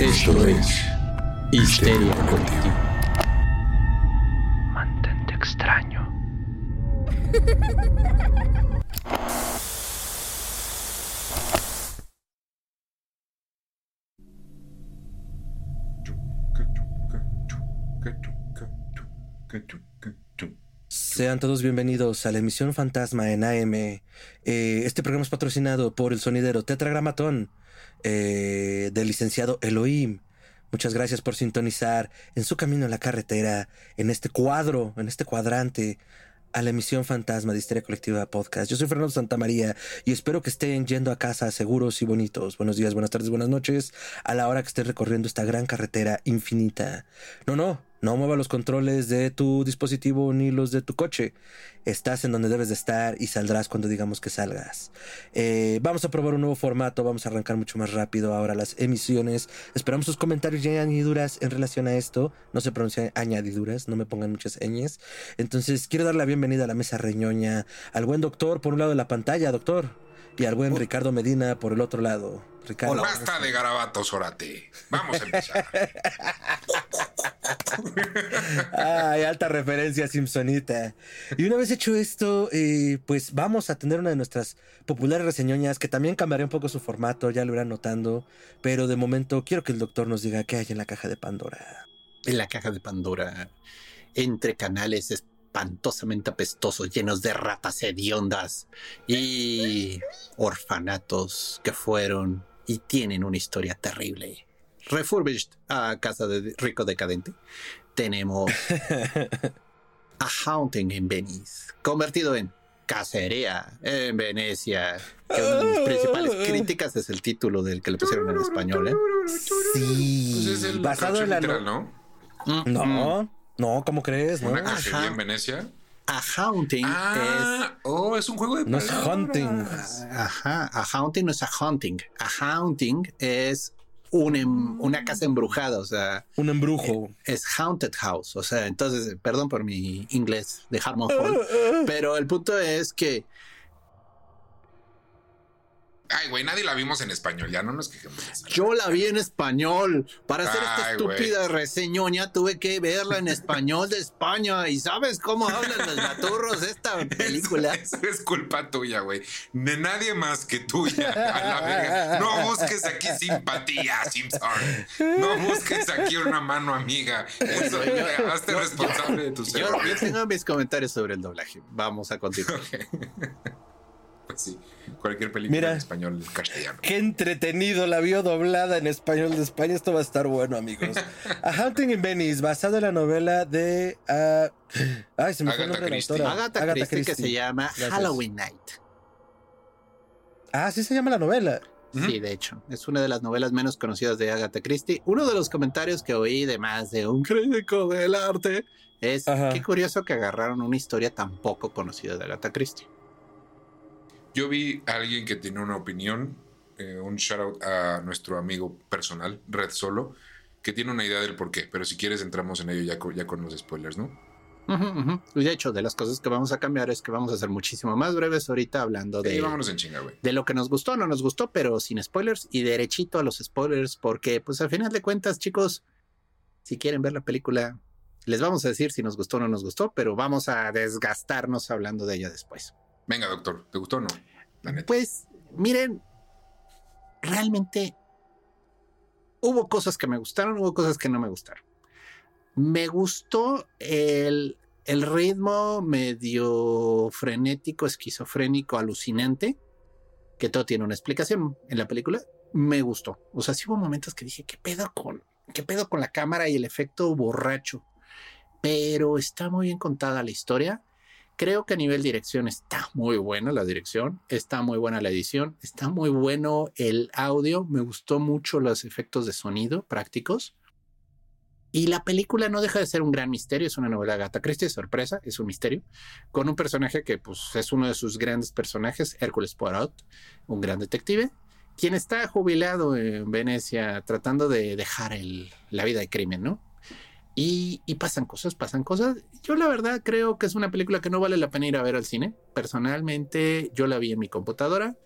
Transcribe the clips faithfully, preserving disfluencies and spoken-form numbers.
Esto es Histeria Colectiva. Mantente extraño. Sean todos bienvenidos a la emisión Fantasma en A M. Eh, este programa es patrocinado por el sonidero Tetragramatón eh, del licenciado Elohim. Muchas gracias por sintonizar en su camino a la carretera, en este cuadro, en este cuadrante, a la emisión Fantasma de Histeria Colectiva Podcast. Yo soy Fernando Santamaría y espero que estén yendo a casa seguros y bonitos. Buenos días, buenas tardes, buenas noches, a la hora que estés recorriendo esta gran carretera infinita. No, no, no mueva los controles de tu dispositivo ni los de tu coche. Estás en donde debes de estar y saldrás cuando digamos que salgas. Eh, vamos a probar un nuevo formato, vamos a arrancar mucho más rápido ahora las emisiones. Esperamos sus comentarios y añadiduras en relación a esto. No se pronuncia añadiduras, no me pongan muchas ñes. Entonces quiero dar la bienvenida a la mesa reñoña, al buen doctor por un lado de la pantalla, doctor. Y al buen oh. Ricardo Medina por el otro lado. Ricardo, Hola, basta de garabatos, Orate. Vamos a empezar. Ay, alta referencia simpsonita. Y una vez hecho esto, eh, pues vamos a tener una de nuestras populares reseñoñas, que también cambiará un poco su formato, ya lo irán notando. Pero de momento quiero que el doctor nos diga qué hay en la caja de Pandora. En la caja de Pandora, entre canales espantosamente apestosos, llenos de ratas hediondas y orfanatos que fueron y tienen una historia terrible. Refurbished a Casa de Rico Decadente, tenemos A Haunting in Venice, convertido en Cacería en Venecia, que una de las principales críticas es el título del que le pusieron en español, ¿eh? Sí, pues es el basado en la literal, ¿no? No, no, ¿cómo crees? ¿Una ¿No? cacería en Venecia? A Haunting ah, es... Oh, es un juego de no es hunting. Ajá, a Haunting no es a hunting. A Haunting es un em, una casa embrujada, o sea... Un embrujo. Es Haunted House, o sea, entonces, perdón por mi inglés de Harmon Hall, pero el punto es que... Ay, güey, nadie la vimos en español, ya no nos quejemos. Yo la vi en español. Para hacer Ay, esta estúpida güey. reseñoña tuve que verla en español de España. ¿Y sabes cómo hablan los gaturros de esta película? Eso es culpa tuya, güey. De nadie más que tuya. A la verga. No busques aquí simpatía, Simpson. No busques aquí una mano amiga. Eso, Yo- hazte yo- responsable de tus Yo, yo errores. tengo mis comentarios sobre el doblaje. Vamos a continuar. Pues sí, cualquier película Mira. en español castellano. Qué entretenido, la vio doblada en español de España. Esto va a estar bueno, amigos. A Haunting in Venice, basado en la novela de... Uh... Ay, se me fue el Agatha nombre de la Christie. autora. Agatha, Christie, que se llama Gracias. Halloween Night. Ah, sí se llama la novela. Ujú. Sí, de hecho, es una de las novelas menos conocidas de Agatha Christie. Uno de los comentarios que oí de más de un crítico del arte es Ajá. qué curioso que agarraron una historia tan poco conocida de Agatha Christie. Yo vi a alguien que tiene una opinión, eh, un shout out a nuestro amigo personal, Red Solo, que tiene una idea del por qué, pero si quieres entramos en ello ya con, ya con los spoilers, ¿no? Ujú, ujú. Y de hecho, de las cosas que vamos a cambiar es que vamos a ser muchísimo más breves ahorita hablando Sí, de, vámonos en chinga, güey. de lo que nos gustó o no nos gustó, pero sin spoilers y derechito a los spoilers, porque pues al final de cuentas, chicos, si quieren ver la película, les vamos a decir si nos gustó o no nos gustó, pero vamos a desgastarnos hablando de ella después. Venga, doctor, ¿te gustó o no? La neta. Pues miren, realmente hubo cosas que me gustaron, hubo cosas que no me gustaron. Me gustó el, el ritmo medio frenético, esquizofrénico, alucinante, que todo tiene una explicación en la película. Me gustó. O sea, sí hubo momentos que dije, ¿qué pedo con, qué pedo con la cámara y el efecto borracho? Pero está muy bien contada la historia. Creo que a nivel dirección está muy buena la dirección, está muy buena la edición, está muy bueno el audio, me gustó mucho los efectos de sonido prácticos. Y la película no deja de ser un gran misterio, es una novela de Agatha Christie, sorpresa, es un misterio, con un personaje que pues, es uno de sus grandes personajes, Hércules Poirot, un gran detective, quien está jubilado en Venecia tratando de dejar el, la vida de crimen, ¿no? Y, y pasan cosas, pasan cosas. Yo la verdad creo que es una película que no vale la pena ir a ver al cine. Personalmente yo la vi en mi computadora.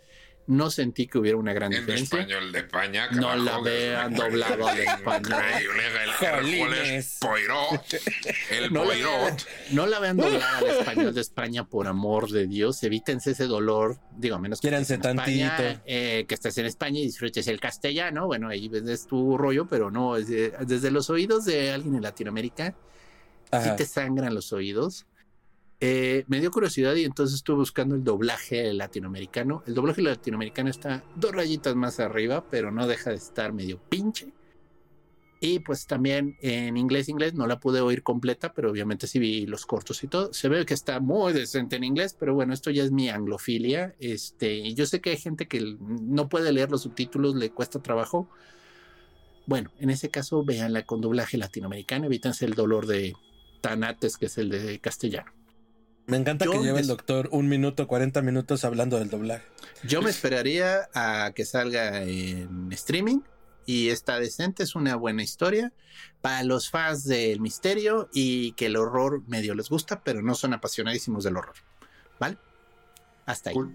No sentí que hubiera una gran en diferencia. español de España, no carajo, la vean doblado al español. Increíble, el Hércules Poirot. El No la, Poirot. no la vean doblada al español de España, por amor de Dios. Evítense ese dolor. Digo, a menos que Quédense estés en tantito. España, eh, que estés en España y disfrutes el castellano. Bueno, ahí ves tu rollo, pero no, es de- desde los oídos de alguien en Latinoamérica, Ajá. sí te sangran los oídos. Eh, me dio curiosidad y entonces estuve buscando el doblaje latinoamericano. El doblaje latinoamericano está dos rayitas más arriba, pero no deja de estar medio pinche. Y pues también en inglés, inglés, no la pude oír completa, pero obviamente sí vi los cortos y todo. Se ve que está muy decente en inglés, pero bueno, esto ya es mi anglofilia. Este, y yo sé que hay gente que no puede leer los subtítulos, le cuesta trabajo. Bueno, en ese caso, véanla con doblaje latinoamericano, evítense el dolor de tanates, que es el de castellano. Me encanta Yo que lleve el es- doctor un minuto, cuarenta minutos hablando del doblaje. Yo me esperaría a que salga en streaming y está decente, es una buena historia para los fans del misterio y que el horror medio les gusta, pero no son apasionadísimos del horror. ¿Vale? Hasta ahí. Cool.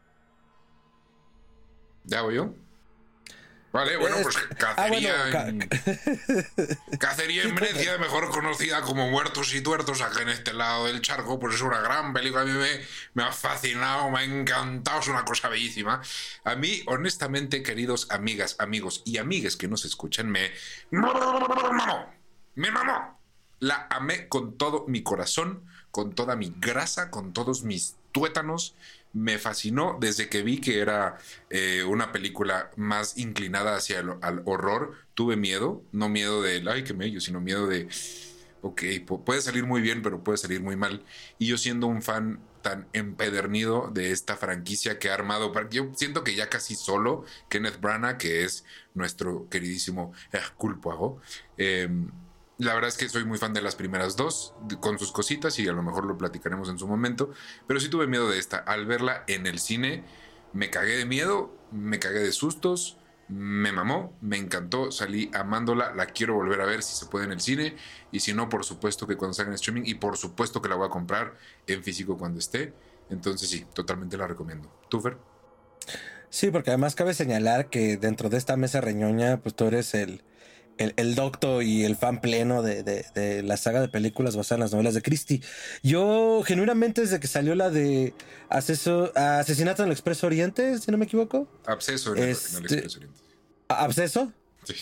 ¿Ya voy yo? Vale, bueno, pues cacería, Ah, bueno, en, cacería en Venecia, mejor conocida como Muertos y Tuertos, aquí en este lado del charco, pues es una gran película, a mí me, me ha fascinado, me ha encantado, es una cosa bellísima. A mí, honestamente, queridos amigas, amigos y amigues que nos escuchan, me... ¡Me mamó! ¡Me mamó! La amé con todo mi corazón, con toda mi grasa, con todos mis tuétanos. Me fascinó desde que vi que era eh, una película más inclinada hacia el al horror. Tuve miedo, no miedo del ay, qué mello, sino miedo de ok, puede salir muy bien, pero puede salir muy mal. Y yo siendo un fan tan empedernido de esta franquicia que ha armado, yo siento que ya casi solo Kenneth Branagh, que es nuestro queridísimo Hercule Poirot, eh, la verdad es que soy muy fan de las primeras dos, con sus cositas, y a lo mejor lo platicaremos en su momento, pero sí tuve miedo de esta. Al verla en el cine, me cagué de miedo, me cagué de sustos, me mamó, me encantó, salí amándola, la quiero volver a ver si se puede en el cine, y si no, por supuesto que cuando salga en streaming, y por supuesto que la voy a comprar en físico cuando esté. Entonces sí, totalmente la recomiendo. ¿Tú, Fer? Sí, porque además cabe señalar que dentro de esta mesa reñoña, pues tú eres el... El, el docto y el fan pleno de, de, de la saga de películas basadas en las novelas de Christie. Yo, genuinamente, desde que salió la de Acceso, Asesinato en el Expreso Oriente, si no me equivoco. Absceso en el, Este- en el Expreso Oriente. ¿Absceso? Sí.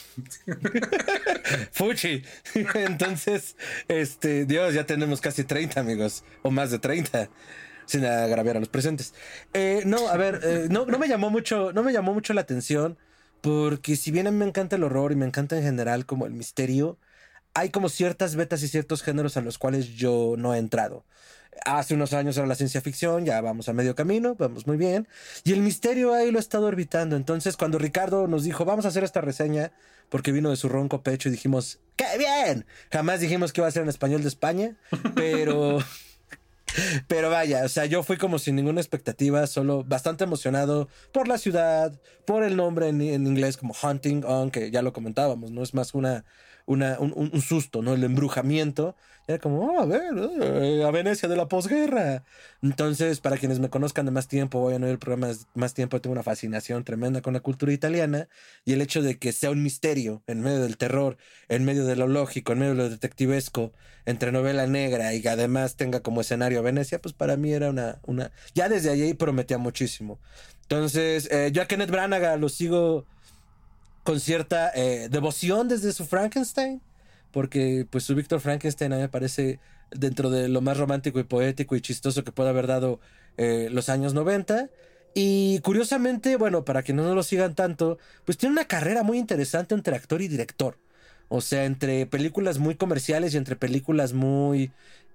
Fuchi. Entonces, este, Dios, ya tenemos casi treinta, amigos. O más de treinta. Sin agraviar a los presentes. Eh, no, a ver, eh, no, no me llamó mucho, no me llamó mucho la atención. Porque si bien a mí me encanta el horror y me encanta en general como el misterio, hay como ciertas betas y ciertos géneros a los cuales yo no he entrado. Hace unos años era la ciencia ficción, ya vamos a medio camino, vamos muy bien. Y el misterio ahí lo he estado orbitando. Entonces, cuando Ricardo nos dijo, vamos a hacer esta reseña, porque vino de su ronco pecho y dijimos, ¡qué bien! Jamás dijimos que iba a ser en español de España, pero... Pero vaya, o sea, yo fui como sin ninguna expectativa, solo bastante emocionado por la ciudad, por el nombre en, en inglés como Hunting On, que ya lo comentábamos, ¿no? Es más una, una, un, un susto, ¿no? El embrujamiento. Era como, oh, a ver, eh, a Venecia de la posguerra. Entonces, para quienes me conozcan de más tiempo, voy a oír el programa de más tiempo, tengo una fascinación tremenda con la cultura italiana, y el hecho de que sea un misterio en medio del terror, en medio de lo lógico, en medio de lo detectivesco, entre novela negra y que además tenga como escenario Venecia, pues para mí era una... una... Ya desde allí prometía muchísimo. Entonces, eh, yo a Kenneth Branagh lo sigo con cierta eh, devoción desde su Frankenstein, porque pues su Víctor Frankenstein a mí me parece dentro de lo más romántico y poético y chistoso que puede haber dado eh, los años noventa. Y curiosamente, bueno, para que no lo sigan tanto, pues tiene una carrera muy interesante entre actor y director. O sea, entre películas muy comerciales y entre películas muy,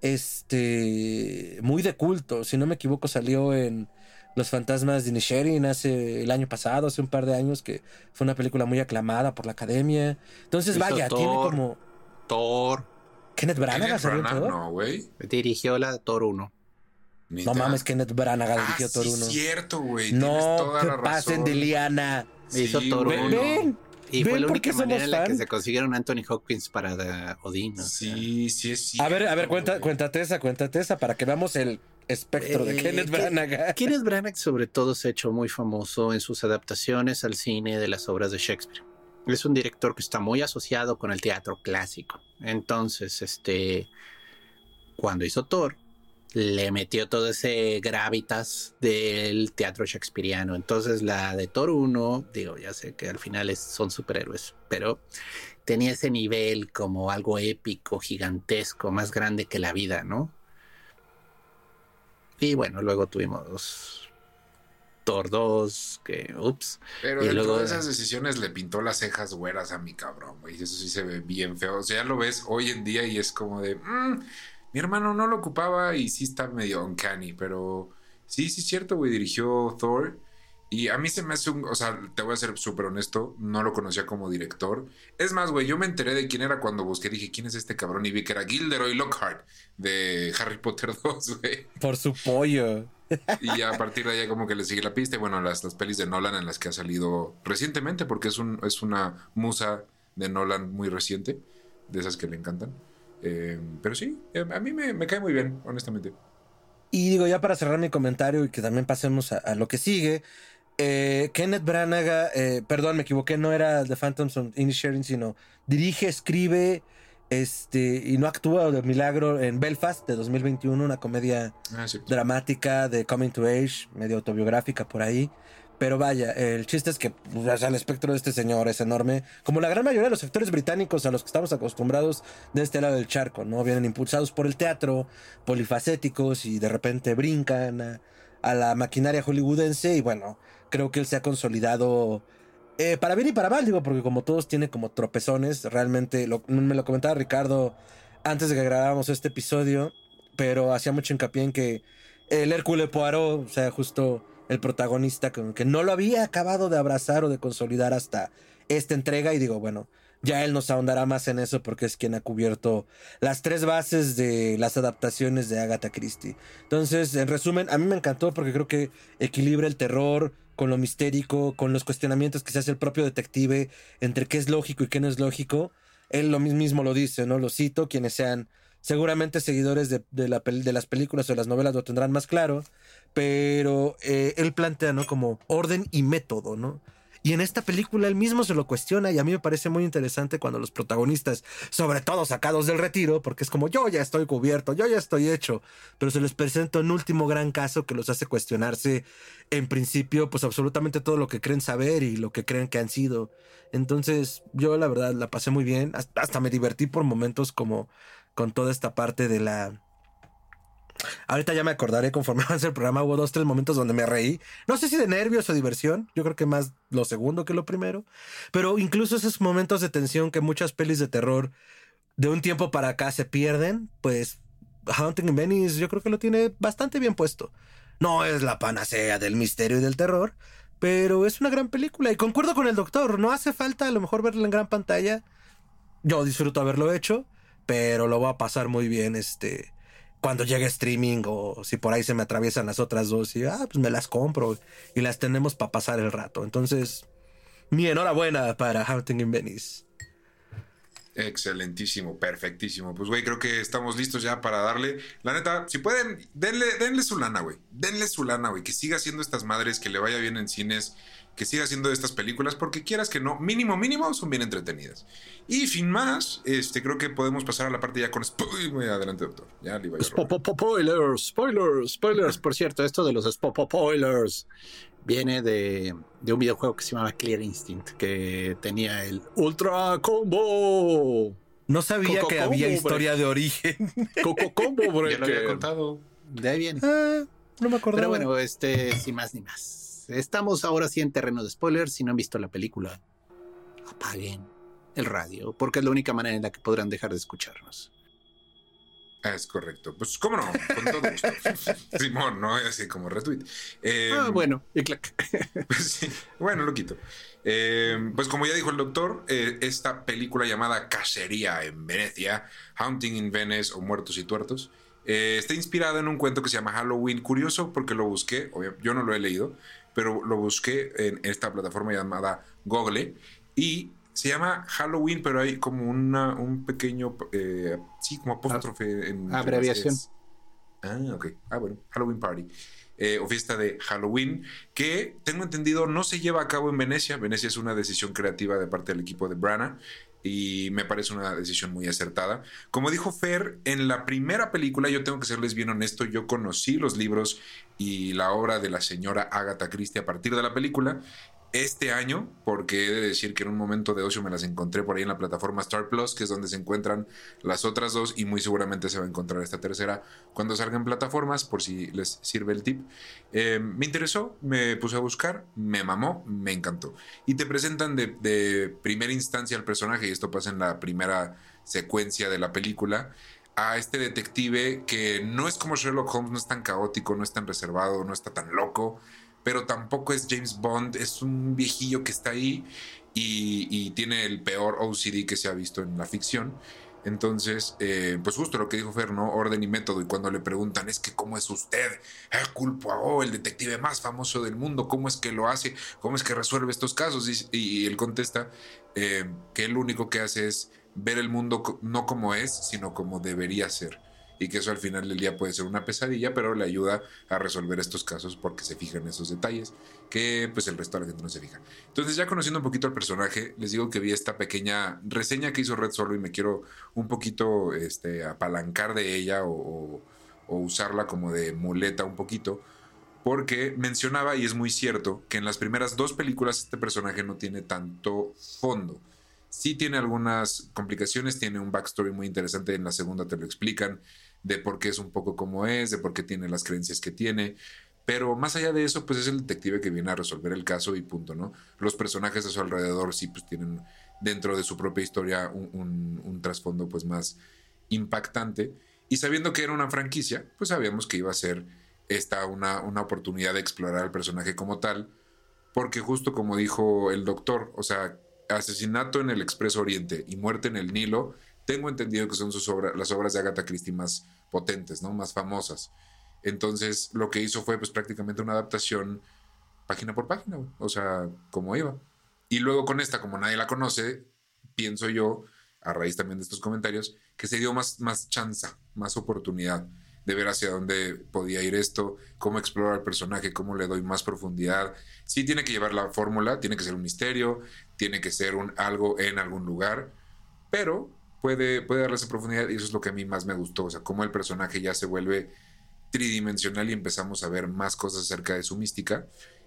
este, muy de culto. Si no me equivoco, salió en Los Fantasmas de Inisherin hace el año pasado, hace un par de años, que fue una película muy aclamada por la academia. Entonces, Hizo vaya, Thor, tiene como... Thor. Kenneth Branagh Kenneth salió en Branagh, Thor. no, güey. Dirigió la de Thor uno. No mames, Kenneth Branagh Ah, dirigió Thor sí, uno. cierto, güey. Tienes No toda te la pasen razón. de liana. Sí, Hizo Thor güey. uno. Ven, Y ven fue la por única qué somos manera en la que fan. se consiguieron Anthony Hopkins para uh, Odín. ¿no? Sí, sí es cierto. A ver, a ver, cuenta, güey. cuéntate esa, cuéntate esa para que veamos el espectro de Eh, Kenneth Ke- Branagh. Kenneth Branagh sobre todo se ha hecho muy famoso en sus adaptaciones al cine de las obras de Shakespeare. Es un director que está muy asociado con el teatro clásico. Entonces, este, cuando hizo Thor, le metió todo ese gravitas del teatro shakespeariano. Entonces, la de Thor uno, digo, ya sé que al final es, son superhéroes, pero tenía ese nivel como algo épico, gigantesco, más grande que la vida, ¿no? Y bueno, luego tuvimos Thor dos, que ups. Pero Y dentro luego de esas decisiones le pintó las cejas güeras a mi cabrón, güey. Eso sí se ve bien feo. O sea, ya lo ves hoy en día y es como de... "Mm, mi hermano no lo ocupaba y sí está medio uncanny", pero sí, sí es cierto, güey. Dirigió Thor y a mí se me hace un... O sea, te voy a ser súper honesto, no lo conocía como director. Es más, güey, yo me enteré de quién era cuando busqué. Dije, ¿quién es este cabrón? Y vi que era Gilderoy Lockhart de Harry Potter dos, güey. Por su pollo. Y ya a partir de ahí como que le sigue la pista. Y bueno, las, las pelis de Nolan en las que ha salido recientemente, porque es, un, es una musa de Nolan muy reciente, de esas que le encantan. Eh, pero sí, eh, a mí me, me cae muy bien, honestamente. Y digo, ya para cerrar mi comentario y que también pasemos a, a lo que sigue, eh, Kenneth Branagh, eh, perdón, me equivoqué, no era The Phantoms of Inisherin, sino dirige, escribe, este, y no actúa de milagro en Belfast de dos mil veintiuno, una comedia Ah, sí. dramática de Coming to Age, medio autobiográfica por ahí. Pero vaya, el chiste es que o sea, el espectro de este señor es enorme. Como la gran mayoría de los actores británicos a los que estamos acostumbrados de este lado del charco, ¿no? Vienen impulsados por el teatro, polifacéticos y de repente brincan a, a la maquinaria hollywoodense. Y bueno, creo que él se ha consolidado eh, para bien y para mal, digo, porque como todos tiene como tropezones. Realmente, lo, me lo comentaba Ricardo antes de que grabáramos este episodio, pero hacía mucho hincapié en que el Hércules Poirot, o sea, justo el protagonista, como que no lo había acabado de abrazar o de consolidar hasta esta entrega. Y digo, bueno, ya él nos ahondará más en eso porque es quien ha cubierto las tres bases de las adaptaciones de Agatha Christie. Entonces, en resumen, a mí me encantó porque creo que equilibra el terror con lo mistérico, con los cuestionamientos que se hace el propio detective entre qué es lógico y qué no es lógico. Él lo mismo lo dice, ¿no? Lo cito, quienes sean seguramente seguidores de, de, la, de las películas o de las novelas lo tendrán más claro, pero eh, él plantea, ¿no? Como orden y método, ¿no? Y en esta película él mismo se lo cuestiona y a mí me parece muy interesante cuando los protagonistas, sobre todo sacados del retiro, porque es como yo ya estoy cubierto, yo ya estoy hecho, pero se les presenta un último gran caso que los hace cuestionarse en principio pues absolutamente todo lo que creen saber y lo que creen que han sido. Entonces yo la verdad la pasé muy bien, hasta, hasta me divertí por momentos como con toda esta parte de la... Ahorita ya me acordaré conforme avance el programa. Hubo dos, tres momentos donde me reí. No sé si de nervios o diversión. Yo creo que más lo segundo que lo primero. Pero incluso esos momentos de tensión que muchas pelis de terror de un tiempo para acá se pierden, pues Haunting in Venice yo creo que lo tiene bastante bien puesto. No es la panacea del misterio y del terror, pero es una gran película. Y concuerdo con el doctor. No hace falta a lo mejor verla en gran pantalla. Yo disfruto haberlo hecho, pero lo voy a pasar muy bien este... cuando llegue streaming o si por ahí se me atraviesan las otras dos y ah, pues me las compro y las tenemos para pasar el rato. Entonces, mi enhorabuena para Haunting in Venice. Excelentísimo, perfectísimo. Pues, güey, creo que estamos listos ya para darle. La neta, si pueden, denle, denle su lana, güey. Denle su lana, güey. Que siga haciendo estas madres, que le vaya bien en cines, que siga haciendo estas películas, porque quieras que no, mínimo, mínimo, son bien entretenidas. Y sin más, este, creo que podemos pasar a la parte ya con spoilers. Adelante, doctor. Ya le iba a Spoilers, spoilers, spoilers. Por cierto, esto de los spoilers viene de, de un videojuego que se llamaba Clear Instinct, que tenía el Ultra Combo. No sabía Coco que Combo, había break. historia de origen. Coco Combo, Ya lo había contado. De ahí viene. Ah, no me acordaba. Pero bueno, este, sin más ni más. Estamos ahora sí en terreno de spoilers. Si no han visto la película, apaguen el radio, porque es la única manera en la que podrán dejar de escucharnos. Ah, es correcto. Pues, ¿cómo no? Con todo gusto. Simón, ¿no? Así como retweet. Eh, ah, bueno, y clac. Pues sí, bueno, lo quito. Eh, pues como ya dijo el doctor, eh, esta película llamada Cacería en Venecia, Haunting in Venice o Muertos y Tuertos, eh, está inspirada en un cuento que se llama Halloween. Curioso porque lo busqué, yo no lo he leído, pero lo busqué en esta plataforma llamada Google y se llama Halloween, pero hay como una, un pequeño, eh, sí, como apóstrofe en abreviación. Es, Ah, ok. Ah, bueno, Halloween Party. Eh, o fiesta de Halloween, que tengo entendido no se lleva a cabo en Venecia. Venecia es una decisión creativa de parte del equipo de Branagh y me parece una decisión muy acertada. Como dijo Fer, en la primera película, yo tengo que serles bien honesto, yo conocí los libros y la obra de la señora Agatha Christie a partir de la película. Este año, porque he de decir que en un momento de ocio me las encontré por ahí en la plataforma Star Plus, que es donde se encuentran las otras dos, y muy seguramente se va a encontrar esta tercera cuando salga en plataformas, por si les sirve el tip. Eh, me interesó, me puse a buscar, me mamó, me encantó. Y te presentan de, de primera instancia al personaje, y esto pasa en la primera secuencia de la película, a este detective que no es como Sherlock Holmes, no es tan caótico, no es tan reservado, no está tan loco, pero tampoco es James Bond, es un viejillo que está ahí y, y tiene el peor O C D que se ha visto en la ficción. Entonces, eh, pues justo lo que dijo Fer, ¿no? Orden y método. Y cuando le preguntan, es que ¿cómo es usted? Hercule Poirot, el detective más famoso del mundo, ¿cómo es que lo hace? ¿Cómo es que resuelve estos casos? Y, y él contesta eh, que él lo único que hace es ver el mundo no como es, sino como debería ser. Y que eso al final del día puede ser una pesadilla, pero le ayuda a resolver estos casos porque se fija en esos detalles que pues el resto de la gente no se fija. Entonces, ya conociendo un poquito al personaje, les digo que vi esta pequeña reseña que hizo Red Solo y me quiero un poquito este, apalancar de ella o, o, o usarla como de muleta un poquito, porque mencionaba, y es muy cierto, que en las primeras dos películas este personaje no tiene tanto fondo. Sí tiene algunas complicaciones, tiene un backstory muy interesante, en la segunda te lo explican, de por qué es un poco como es, de por qué tiene las creencias que tiene, pero más allá de eso, pues es el detective que viene a resolver el caso y punto, ¿no? Los personajes a su alrededor sí pues tienen dentro de su propia historia un, un, un trasfondo pues más impactante, y sabiendo que era una franquicia, pues sabíamos que iba a ser esta una, una oportunidad de explorar al personaje como tal, porque justo como dijo el doctor, o sea, Asesinato en el Expreso Oriente y Muerte en el Nilo, tengo entendido que son sus obras, las obras de Agatha Christie más potentes, ¿no? Más famosas. Entonces, lo que hizo fue pues prácticamente una adaptación página por página, güey. O sea, como iba. Y luego con esta, como nadie la conoce, pienso yo, a raíz también de estos comentarios, que se dio más, más chance, más oportunidad de ver hacia dónde podía ir esto, cómo explorar al personaje, cómo le doy más profundidad. Sí tiene que llevar la fórmula, tiene que ser un misterio, tiene que ser un algo en algún lugar, pero puede, puede darle esa profundidad, y eso es lo que a mí más me gustó, o sea, cómo el personaje ya se vuelve tridimensional y empezamos a ver más cosas acerca de su mística.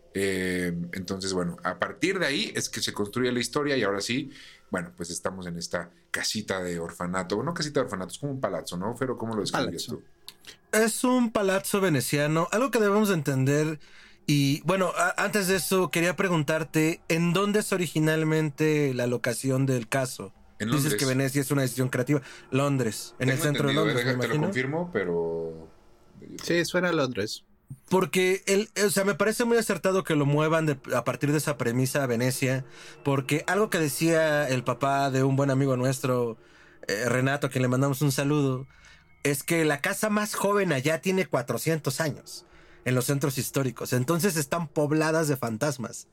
Eh, entonces, bueno, a partir de ahí es que se construye la historia, y ahora sí, bueno, pues estamos en esta casita de orfanato, o no casita de orfanato, es como un palazzo, ¿no? Pero ¿cómo lo describes tú? Es un palazzo veneciano, algo que debemos entender. Y bueno, a- antes de eso quería preguntarte, ¿en dónde es originalmente la locación del caso? En Dices Londres. que Venecia es una decisión creativa. Londres, en Tengo el centro de entendido, Londres, eh, me te lo imagino. confirmo, pero... Sí, suena a Londres. Porque el, o sea, me parece muy acertado que lo muevan de- a partir de esa premisa a Venecia, porque algo que decía el papá de un buen amigo nuestro, eh, Renato, a quien le mandamos un saludo, es que la casa más joven allá tiene cuatrocientos años en los centros históricos, entonces están pobladas de fantasmas.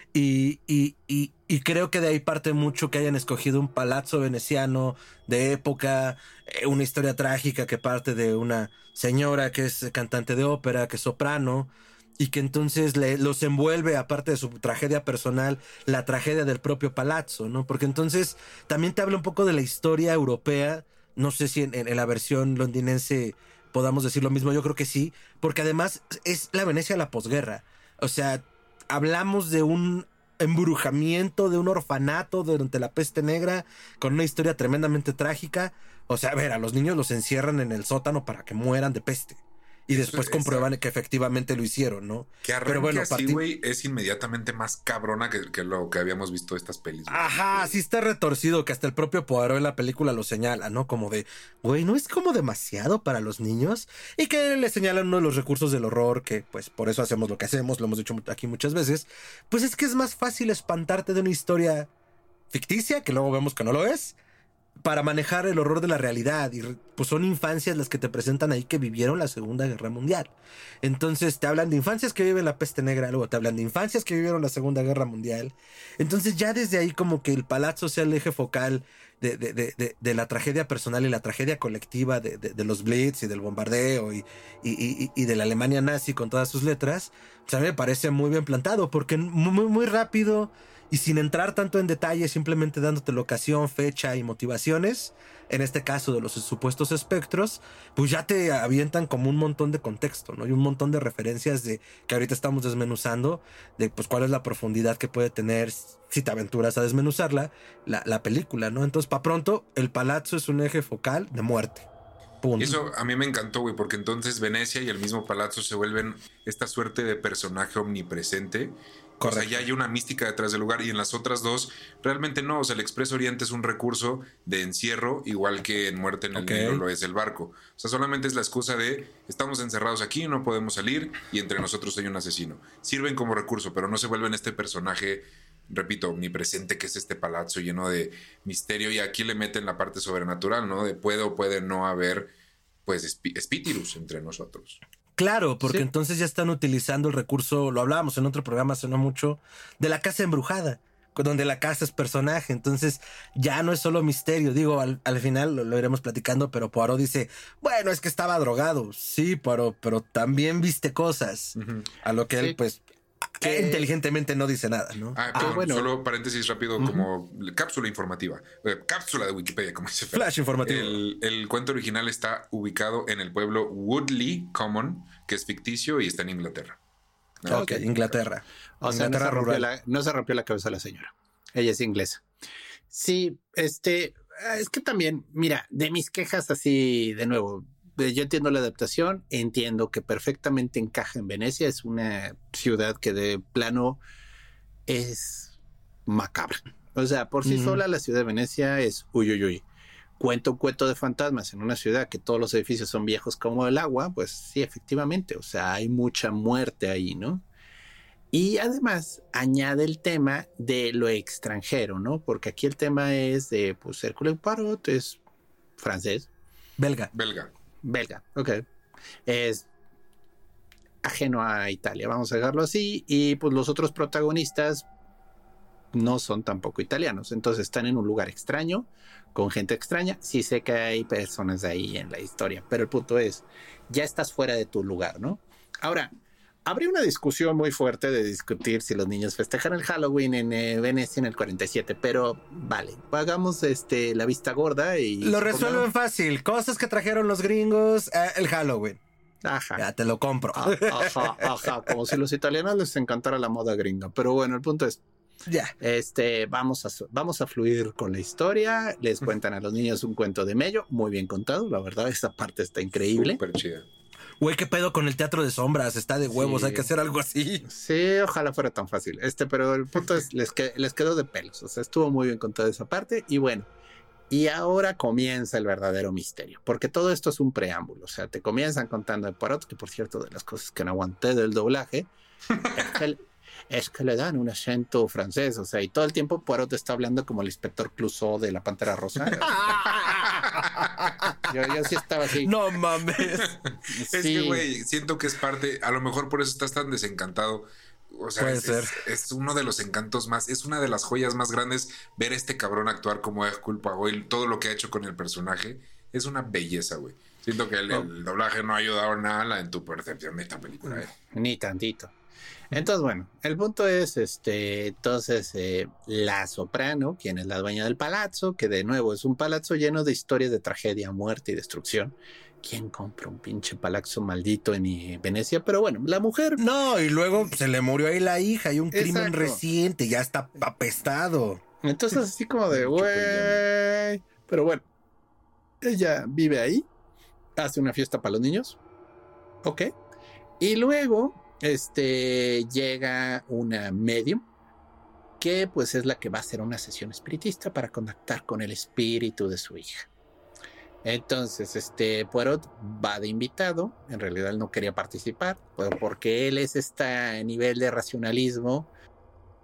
Y, y, y, y creo que de ahí parte mucho que hayan escogido un palazzo veneciano de época, eh, una historia trágica que parte de una señora que es cantante de ópera, que es soprano, y que entonces le, los envuelve, aparte de su tragedia personal, la tragedia del propio palazzo, ¿no? Porque entonces también te habla un poco de la historia europea. No sé si en, en, en la versión londinense podamos decir lo mismo, yo creo que sí, porque además es la Venecia de la posguerra. O sea, hablamos de un embrujamiento, de un orfanato durante la peste negra, con una historia tremendamente trágica. O sea, a ver, a los niños los encierran en el sótano para que mueran de peste. Y Eso, después comprueban exacto. que efectivamente lo hicieron, ¿no? Que arranque Pero bueno, así, parti- güey, es inmediatamente más cabrona que, que lo que habíamos visto estas pelis. güey. Ajá, sí está retorcido, que hasta el propio Poirot en la película lo señala, ¿no? Como de, güey, ¿no es como demasiado para los niños? Y que le señalan uno de los recursos del horror, que pues por eso hacemos lo que hacemos, lo hemos dicho aquí muchas veces, pues es que es más fácil espantarte de una historia ficticia, que luego vemos que no lo es, para manejar el horror de la realidad. Y pues son infancias las que te presentan ahí que vivieron la Segunda Guerra Mundial. Entonces te hablan de infancias que viven la peste negra, luego te hablan de infancias que vivieron la Segunda Guerra Mundial. Entonces ya desde ahí como que el palazzo sea el eje focal de, de, de, de, de la tragedia personal y la tragedia colectiva de, de, de los Blitz y del bombardeo y, y, y, y de la Alemania nazi con todas sus letras. Pues a mí me parece muy bien plantado porque muy, muy rápido y sin entrar tanto en detalle, simplemente dándote locación, fecha y motivaciones, en este caso de los supuestos espectros, pues ya te avientan como un montón de contexto, ¿no? Y un montón de referencias de que ahorita estamos desmenuzando, de pues cuál es la profundidad que puede tener, si te aventuras a desmenuzarla, la, la película, ¿no? Entonces, para pronto, el palazzo es un eje focal de muerte. Punto. Eso a mí me encantó, güey, porque entonces Venecia y el mismo palazzo se vuelven esta suerte de personaje omnipresente. Correcto. O sea, ya hay una mística detrás del lugar y en las otras dos realmente no. O sea, el Expreso Oriente es un recurso de encierro, igual que en Muerte en el okay. Nilo lo es el barco. O sea, solamente es la excusa de estamos encerrados aquí, no podemos salir y entre nosotros hay un asesino. Sirven como recurso, pero no se vuelven este personaje, repito, omnipresente que es este palazzo lleno de misterio. Y aquí le meten la parte sobrenatural, ¿no? De puede o puede no haber, pues, espíritus entre nosotros. Claro, porque sí. Entonces ya están utilizando el recurso, lo hablábamos en otro programa hace no mucho, de la casa embrujada, donde la casa es personaje. Entonces ya no es solo misterio. Digo, al, al final lo, lo iremos platicando, pero Poirot dice, bueno, es que estaba drogado. Sí, Poirot, pero también viste cosas. Uh-huh. A lo que sí. él, pues, que inteligentemente no dice nada, ¿no? Ah, pero ah, bueno. Solo paréntesis rápido, uh-huh. como cápsula informativa. Eh, cápsula de Wikipedia, como dice. Flash informativo. El, el cuento original está ubicado en el pueblo Woodley Common, que es ficticio y está en Inglaterra. ¿No? Ok, Inglaterra. O sea, Inglaterra no, se rompió la, no se rompió la cabeza la señora. Ella es inglesa. Sí, este, es que también, mira, de mis quejas así, de nuevo, yo entiendo la adaptación, entiendo que perfectamente encaja en Venecia, es una ciudad que de plano es macabra. O sea, por sí mm. sola la ciudad de Venecia es uy, uy, uy. Cuento un cuento de fantasmas en una ciudad que todos los edificios son viejos como el agua, pues sí, efectivamente, o sea, hay mucha muerte ahí, ¿no? Y además añade el tema de lo extranjero, ¿no? Porque aquí el tema es de, pues, Hercule Poirot es francés. Belga. Belga. Belga, ok. Es ajeno a Italia, vamos a dejarlo así. Y pues los otros protagonistas no son tampoco italianos. Entonces están en un lugar extraño, con gente extraña. Sí sé que hay personas ahí en la historia, pero el punto es, ya estás fuera de tu lugar, ¿no? Ahora, habría una discusión muy fuerte de discutir si los niños festejan el Halloween en eh, Venecia en el cuarenta y siete, pero vale, hagamos este, la vista gorda y... Lo resuelven pongamos... fácil, cosas que trajeron los gringos, eh, el Halloween. Ajá. Ya te lo compro. Ah, ajá, ajá, como si a los italianos les encantara la moda gringa, pero bueno, el punto es... Ya. Este, vamos a, vamos a fluir con la historia, les cuentan a los niños un cuento de Mello, muy bien contado, la verdad, esta parte está increíble. Súper chida. Güey, ¿qué pedo con el teatro de sombras? Está de huevos, sí. Hay que hacer algo así. Sí, ojalá fuera tan fácil. Este, pero el punto es, les, que, les quedó de pelos. O sea, estuvo muy bien contada esa parte. Y bueno, y ahora comienza el verdadero misterio. Porque todo esto es un preámbulo. O sea, te comienzan contando de Poirot, que por cierto, de las cosas que no aguanté del doblaje, es, que, es que le dan un acento francés. O sea, y todo el tiempo Poirot está hablando como el inspector Clouseau de la Pantera Rosa. Yo, yo sí estaba así. No mames. Sí. Es que, güey, siento que es parte. A lo mejor por eso estás tan desencantado. O sea, puede es, ser. Es, es uno de los encantos más. Es una de las joyas más grandes ver a este cabrón actuar como Hercule Poirot. Todo lo que ha hecho con el personaje es una belleza, güey. Siento que el, oh. el doblaje no ha ayudado nada en tu percepción de esta película. ¿eh? Ni tantito. Entonces, bueno, el punto es, este, entonces, eh, la soprano, quien es la dueña del palazzo, que de nuevo es un palazzo lleno de historias de tragedia, muerte y destrucción. ¿Quién compra un pinche palazzo maldito en Venecia? Pero bueno, la mujer... No, y luego se le murió ahí la hija, hay un crimen Exacto. reciente, ya está apestado. Entonces, así como de, güey... Pero bueno, ella vive ahí, hace una fiesta para los niños, ok, y luego... Este, llega una medium que pues es la que va a hacer una sesión espiritista para contactar con el espíritu de su hija. Entonces, este Poirot va de invitado. En realidad él no quería participar, pero porque él es este nivel de racionalismo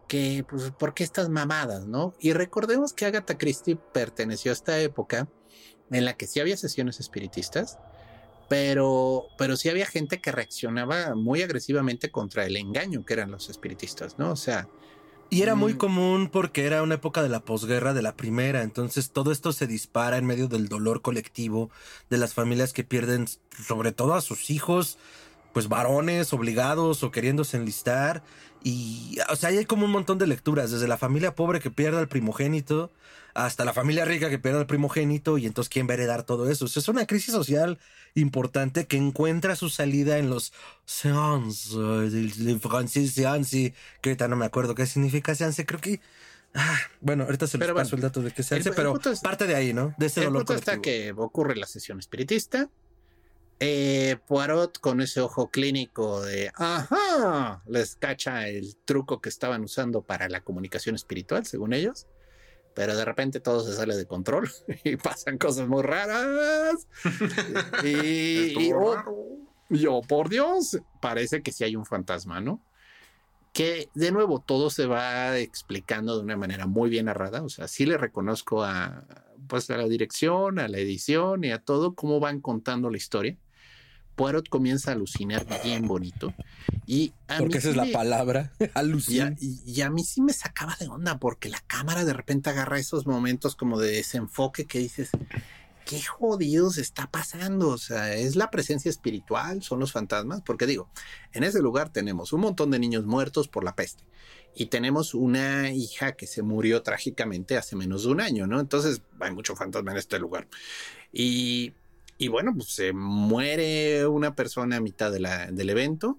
que, pues, ¿por qué estas mamadas, no? Y recordemos que Agatha Christie perteneció a esta época en la que sí había sesiones espiritistas, pero, pero sí había gente que reaccionaba muy agresivamente contra el engaño que eran los espiritistas, ¿no? O sea... Y era muy mm, común porque era una época de la posguerra de la primera, entonces todo esto se dispara en medio del dolor colectivo de las familias que pierden sobre todo a sus hijos, pues varones obligados o queriéndose enlistar. Y, o sea, hay como un montón de lecturas, desde la familia pobre que pierde al primogénito hasta la familia rica que pierde al primogénito, y entonces ¿quién va a heredar todo eso? O sea, es una crisis social importante que encuentra su salida en los seances, del francés seance, que ahorita no me acuerdo qué significa seance, creo que... Ah, bueno, ahorita se les Pero paso bueno, el dato de qué seance, el- el pero punto es- parte de ahí, ¿no? De ese el dolor punto está colectivo. que ocurre la sesión espiritista. Eh, Poirot, con ese ojo clínico de ajá, les cacha el truco que estaban usando para la comunicación espiritual, según ellos. Pero de repente todo se sale de control y pasan cosas muy raras. Y, y Estuvo oh, raro. y, oh, por Dios, parece que sí hay un fantasma, ¿no? Que de nuevo todo se va explicando de una manera muy bien narrada. O sea, sí le reconozco a, pues, a la dirección, a la edición y a todo cómo van contando la historia. Poirot comienza a alucinar bien bonito. Y a Porque mí esa sí es la me- palabra, y a, alucina. y- y a mí sí me sacaba de onda porque la cámara de repente agarra esos momentos como de desenfoque que dices, ¿qué jodidos está pasando? O sea, es la presencia espiritual, son los fantasmas, porque digo, en ese lugar tenemos un montón de niños muertos por la peste y tenemos una hija que se murió trágicamente hace menos de un año, ¿no? Entonces hay mucho fantasma en este lugar. Y, y bueno, pues se muere una persona a mitad de la, del evento.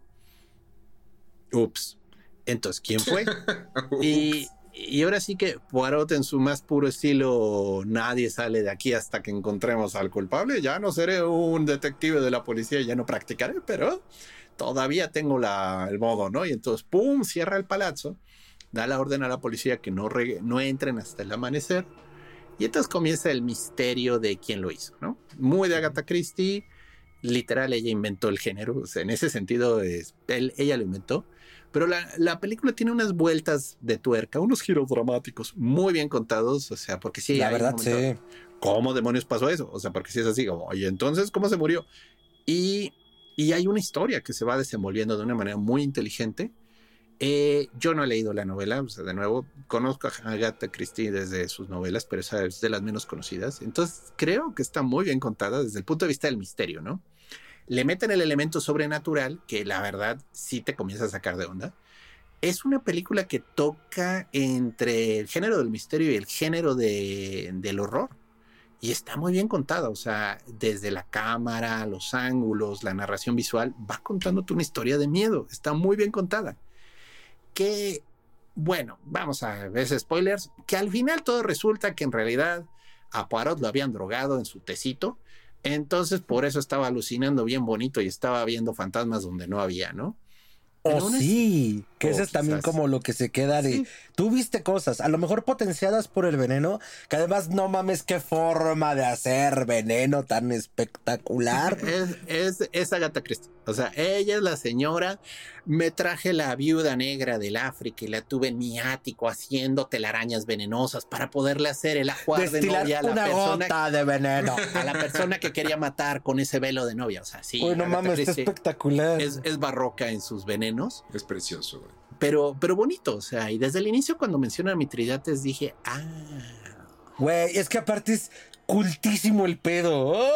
Ups. Entonces, ¿quién fue? Y, y ahora sí que Poirot en su más puro estilo, nadie sale de aquí hasta que encontremos al culpable. Ya no seré un detective de la policía, ya no practicaré, pero todavía tengo la, el modo, ¿no? Y entonces, ¡pum!, cierra el palazzo, da la orden a la policía que no, re, no entren hasta el amanecer. Y entonces comienza el misterio de quién lo hizo, ¿no? Muy de Agatha Christie, literal, ella inventó el género, o sea, en ese sentido, es, él, ella lo inventó. Pero la, la película tiene unas vueltas de tuerca, unos giros dramáticos muy bien contados, o sea, porque sí, La hay verdad, un momento, sí. ¿cómo demonios pasó eso? O sea, porque sí es así, como, oye, entonces, ¿cómo se murió? Y, y hay una historia que se va desenvolviendo de una manera muy inteligente. Eh, yo no he leído la novela, o sea, de nuevo, conozco a Agatha Christie desde sus novelas, pero esa es de las menos conocidas. Entonces, creo que está muy bien contada desde el punto de vista del misterio, ¿no? Le meten el elemento sobrenatural, que la verdad sí te comienza a sacar de onda. Es una película que toca entre el género del misterio y el género de, del horror. Y está muy bien contada, o sea, desde la cámara, los ángulos, la narración visual, va contándote una historia de miedo. Está muy bien contada. Que, bueno, vamos a ver spoilers, que al final todo resulta que en realidad a Poirot lo habían drogado en su tecito. Entonces, por eso estaba alucinando bien bonito y estaba viendo fantasmas donde no había, ¿no? O Pero una- sí, que o eso es también quizás- como lo que se queda de... Sí. Tú viste cosas, a lo mejor potenciadas por el veneno, que además no mames qué forma de hacer veneno tan espectacular. Es, es, es Agatha Christie. O sea, ella es la señora. Me traje la viuda negra del África y la tuve en mi ático haciendo telarañas venenosas para poderle hacer el ajuar de Destilar novia a la una persona, gota de veneno. a la persona que quería matar con ese velo de novia. O sea, sí. Uy, no Agatha mames, está Christie espectacular. es, es barroca en sus venenos, Es precioso, güey. pero, pero bonito. O sea, y desde el inicio, cuando menciona a Mitridates, dije, ah. Güey, es que aparte es cultísimo el pedo. ¡Oh!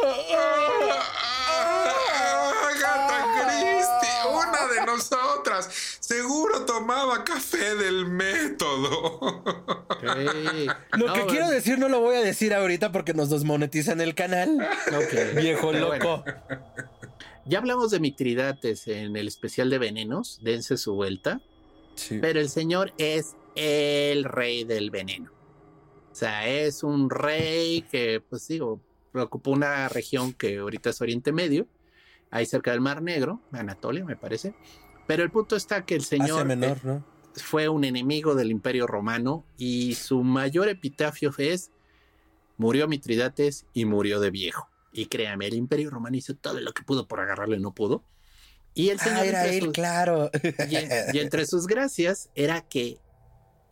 Agatha Christie, una de nosotras. Seguro tomaba café del método. Okay. Lo No, que quiero decir no lo voy a decir ahorita porque nos desmonetizan el canal. okay. Viejo Pero loco. bueno. Ya hablamos de Mitridates en el especial de venenos, dense su vuelta, Sí. pero el señor es el rey del veneno. O sea, es un rey que, pues digo, ocupó una región que ahorita es Oriente Medio, ahí cerca del Mar Negro, Anatolia me parece, pero el punto está que el señor Asia Menor, eh, ¿no? fue un enemigo del Imperio Romano y su mayor epitafio es murió Mitridates y murió de viejo. Y créame, el Imperio Romano hizo todo lo que pudo por agarrarlo y no pudo. Y el señor, Ah, era entre él, sus, claro. y, y entre sus gracias, era que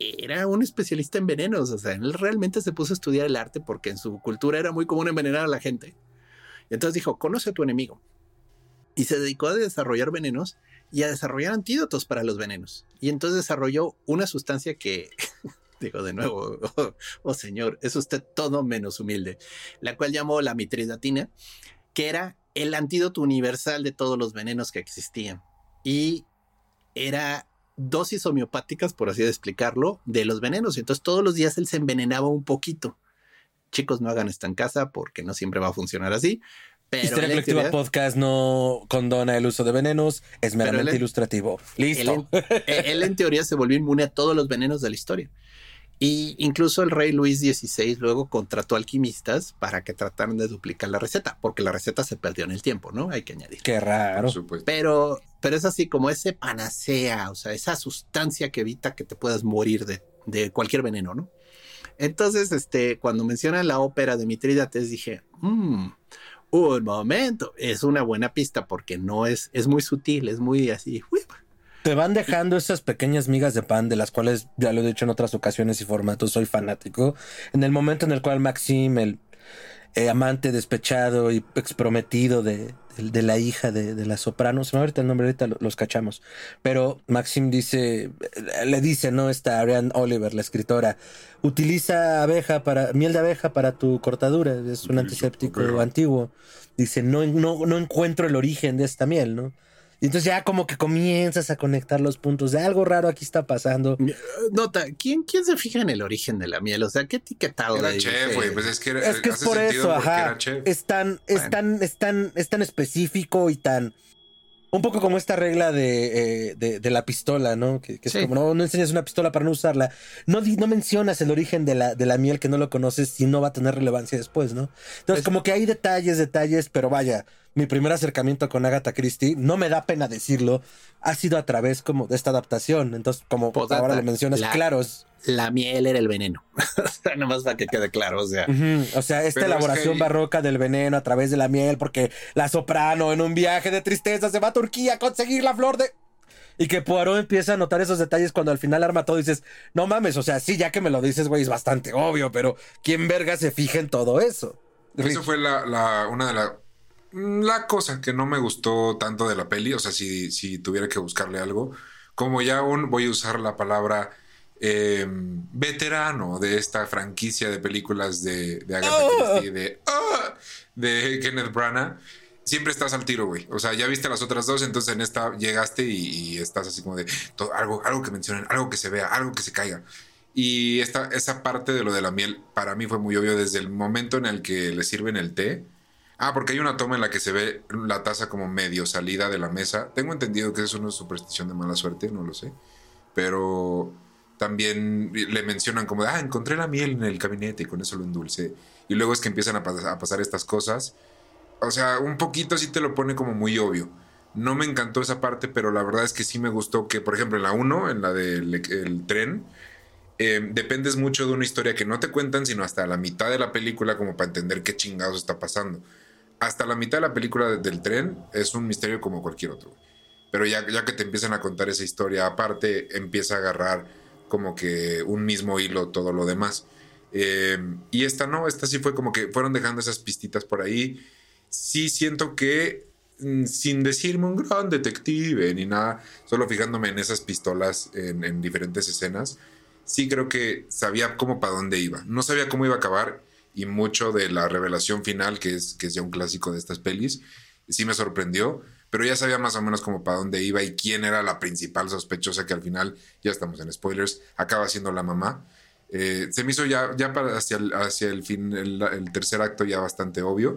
era un especialista en venenos. O sea, él realmente se puso a estudiar el arte porque en su cultura era muy común envenenar a la gente. Entonces dijo, conoce a tu enemigo. Y se dedicó a desarrollar venenos y a desarrollar antídotos para los venenos. Y entonces desarrolló una sustancia que, digo de nuevo, oh, oh señor, es usted todo menos humilde, la cual llamó la mitridatina, que era el antídoto universal de todos los venenos que existían. Y era dosis homeopáticas, por así explicarlo, de los venenos. Entonces todos los días él se envenenaba un poquito. Chicos, no hagan esto en casa porque no siempre va a funcionar así. Pero Histeria Colectiva teoría, Podcast no condona el uso de venenos, es meramente él, ilustrativo. Listo. Él, él en teoría se volvió inmune a todos los venenos de la historia. Y incluso el rey Luis dieciséis luego contrató alquimistas para que trataran de duplicar la receta, porque la receta se perdió en el tiempo, ¿no? Hay que añadir. Qué raro. Pero, pero es así como ese panacea, o sea, esa sustancia que evita que te puedas morir de, de cualquier veneno, ¿no? Entonces, este, cuando mencionan la ópera de Mitrídates, dije, mmm, un momento, es una buena pista porque no es, es muy sutil, es muy así. Uy. Te van dejando esas pequeñas migas de pan de las cuales ya lo he dicho en otras ocasiones y formatos, soy fanático. En el momento en el cual Maxim, el eh, amante despechado y exprometido de, de, de la hija de, de la soprano, se me va ahorita el nombre, ahorita los cachamos, pero Maxim dice, le dice, ¿no? Esta Ariane Oliver, la escritora, utiliza abeja para, miel de abeja para tu cortadura, es un antiséptico pero... antiguo. Dice, no, no, no encuentro el origen de esta miel, ¿no? Y entonces ya como que comienzas a conectar los puntos de algo raro aquí está pasando. Nota, ¿quién, quién se fija en el origen de la miel? O sea, ¿qué etiquetado? Era de chef, güey. Pues es que, era, es, que es por eso, ajá. Es tan, es, tan, es, tan, es tan específico y tan... Un poco como esta regla de, eh, de, de la pistola, ¿no? Que, que es sí. como, no, no enseñas una pistola para no usarla. No, no mencionas el origen de la, de la miel que no lo conoces y no va a tener relevancia después, ¿no? Entonces, es... como que hay detalles, detalles, pero vaya, mi primer acercamiento con Agatha Christie, no me da pena decirlo, ha sido a través como de esta adaptación. Entonces, como Podata, ahora lo mencionas, la, claro, es... La miel era el veneno. Nomás para que quede claro, o sea. Uh-huh. O sea, esta Pero elaboración es que... barroca del veneno a través de la miel, porque la soprano en un viaje de tristeza se va a Turquía a conseguir la flor de... Y que Poirot empieza a notar esos detalles cuando al final arma todo y dices, no mames, o sea, sí, ya que me lo dices, güey, es bastante obvio, pero ¿quién verga se fija en todo eso? Eso fue la, la, una de las... La cosa que no me gustó tanto de la peli, o sea, si, si tuviera que buscarle algo, como ya aún voy a usar la palabra... Eh, veterano de esta franquicia de películas de, de Agatha oh. Christie, de, oh, de Kenneth Branagh, siempre estás al tiro, güey. O sea, ya viste las otras dos, entonces en esta llegaste y, y estás así como de todo, algo, algo que mencionen, algo que se vea, algo que se caiga. Y esta, esa parte de lo de la miel para mí fue muy obvio desde el momento en el que le sirven el té. Ah, porque hay una toma en la que se ve la taza como medio salida de la mesa. Tengo entendido que es una superstición de mala suerte, no lo sé. Pero... también le mencionan como de, ah, encontré la miel en el gabinete y con eso lo endulcé. Y luego es que empiezan a, pas- a pasar estas cosas. O sea, un poquito sí te lo pone como muy obvio. No me encantó esa parte, pero la verdad es que sí me gustó que, por ejemplo, en la uno, en la del el tren, eh, dependes mucho de una historia que no te cuentan, sino hasta la mitad de la película como para entender qué chingados está pasando. Hasta la mitad de la película de, del tren es un misterio como cualquier otro. Pero ya, ya que te empiezan a contar esa historia aparte, empieza a agarrar como que un mismo hilo todo lo demás. Eh, y esta no, esta sí fue como que fueron dejando esas pistitas por ahí. Sí siento que, mm, sin decirme un gran detective ni nada, solo fijándome en esas pistolas en, en diferentes escenas, sí creo que sabía como para dónde iba. No sabía cómo iba a acabar y mucho de la revelación final, que es, que es ya un clásico de estas pelis, sí me sorprendió. Pero ya sabía más o menos como para dónde iba y quién era la principal sospechosa, que al final, ya estamos en spoilers, acaba siendo la mamá. Eh, se me hizo ya, ya para hacia el, hacia el fin, el, el tercer acto ya bastante obvio,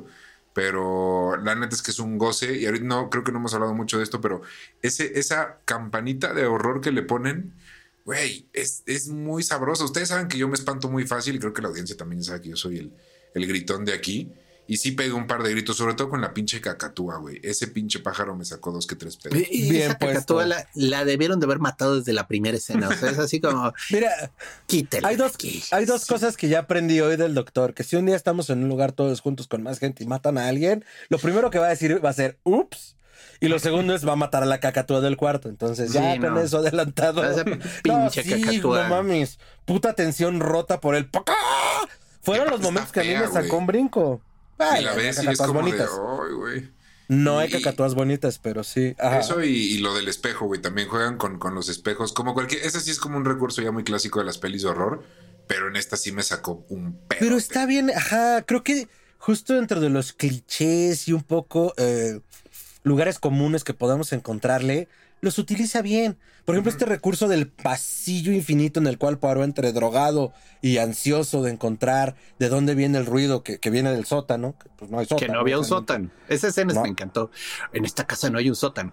pero la neta es que es un goce, y ahorita no, creo que no hemos hablado mucho de esto, pero ese, esa campanita de horror que le ponen, güey, es, es muy sabroso. Ustedes saben que yo me espanto muy fácil y creo que la audiencia también sabe que yo soy el, el gritón de aquí. Y sí pegué un par de gritos, sobre todo con la pinche cacatúa, güey. Ese pinche pájaro me sacó dos que tres pedos. Y bien, esa cacatúa la, la debieron de haber matado desde la primera escena. O sea, es así como... Mira, quítela. Hay dos, hay dos sí. cosas que ya aprendí hoy del doctor. Que si un día estamos en un lugar todos juntos con más gente y matan a alguien, lo primero que va a decir va a ser, ups. Y lo segundo es va a matar a la cacatúa del cuarto. Entonces ya Sí, con no. eso adelantado. Esa No, pinche sí, cacatúa. no mames. Puta tensión rota por el... ¡Pacá! Fueron los Está momentos que a mí fea, me sacó güey. un brinco. Y Ay, la las ves y es cacatúas como bonitas. de, ay, güey. No hay Y- cacatúas bonitas, pero sí. Ajá. Eso y, y lo del espejo, güey. También juegan con, con los espejos. Como cualquier. Ese sí es como un recurso ya muy clásico de las pelis de horror. Pero en esta sí me sacó un pedo. Pero está bien, ajá, creo que justo dentro de los clichés y un poco eh, lugares comunes que podamos encontrarle, los utiliza bien. Por ejemplo, uh-huh. este recurso del pasillo infinito en el cual Poirot, entre drogado y ansioso de encontrar de dónde viene el ruido que, que viene del sótano, que pues no hay sótano. Que no había un sótano. Esa escena no. me encantó. En esta casa no hay un sótano.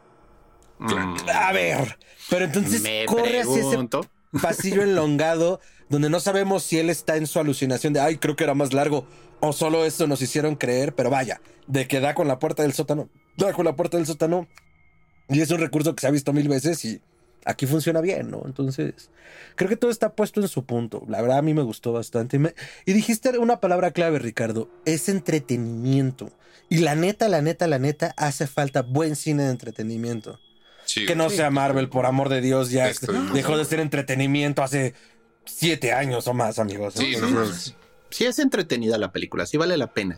Mm. A ver, pero entonces me corre pregunto. hacia ese pasillo enlongado donde no sabemos si él está en su alucinación de, ay, creo que era más largo, o solo eso nos hicieron creer, pero vaya, de que da con la puerta del sótano, da con la puerta del sótano, y es un recurso que se ha visto mil veces y aquí funciona bien, ¿no? Entonces, creo que todo está puesto en su punto. La verdad, a mí me gustó bastante. Y, me... y dijiste una palabra clave, Ricardo, es entretenimiento. Y la neta, la neta, la neta, hace falta buen cine de entretenimiento. Sí, que no sí, sea Marvel, por amor de Dios, ya dejó de ser entretenimiento hace siete años o más, amigos. Sí, Entonces, sí es entretenida la película, sí vale la pena.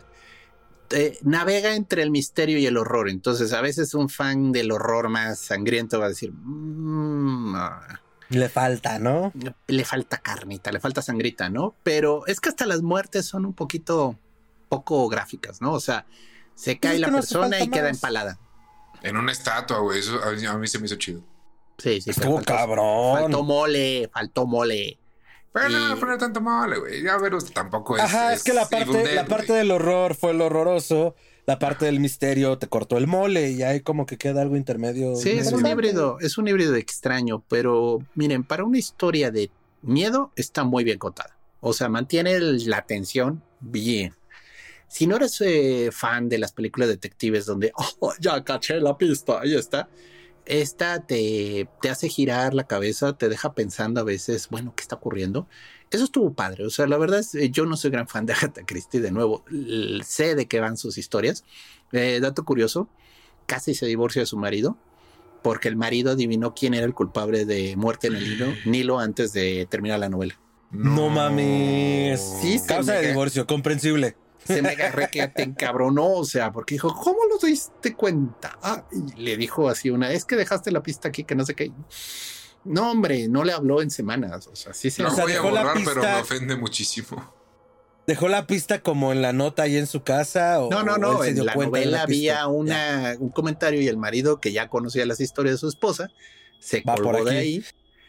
Eh, navega entre el misterio y el horror. Entonces, a veces un fan del horror más sangriento va a decir, mmm, no. Le falta, ¿no? Le falta carnita, le falta sangrita, ¿no? Pero es que hasta las muertes son un poquito poco gráficas, ¿no? O sea, se cae la no persona y más. Queda empalada. En una estatua, güey. Eso a mí, a mí se me hizo chido. Sí, sí. Estuvo faltó, cabrón. Faltó mole, faltó mole. Pero y... no le poner tanto mole, güey. Ya ver, tampoco es. Ajá, es, es que la parte, Dead, la parte del horror fue lo horroroso. La parte del misterio te cortó el mole y ahí como que queda algo intermedio. Sí, es un híbrido, es un híbrido extraño, pero miren, para una historia de miedo está muy bien contada. O sea, mantiene el, la tensión bien. Si no eres eh, fan de las películas detectives donde, oh, ya caché la pista, ahí está. Esta te, te hace girar la cabeza, te deja pensando a veces, bueno, ¿qué está ocurriendo? Eso estuvo padre. O sea, la verdad es yo no soy gran fan de Agatha Christie, de nuevo. Sé de qué van sus historias. Eh, dato curioso, casi se divorcia de su marido porque el marido adivinó quién era el culpable de muerte en el Nilo, Nilo antes de terminar la novela. No, no mames. Sí, causa de divorcio, comprensible. Se me agarré que te encabronó, o sea, porque dijo, ¿cómo lo diste cuenta? Ah, y le dijo así una, es que dejaste la pista aquí, que no sé qué. No, hombre, no le habló en semanas, o sea, sí se... Lo o voy sea, a borrar, pista, pero me ofende muchísimo. ¿Dejó la pista como en la nota ahí en su casa? O, no, no, no, en la novela la había una, un comentario y el marido, que ya conocía las historias de su esposa, se Va colgó de ahí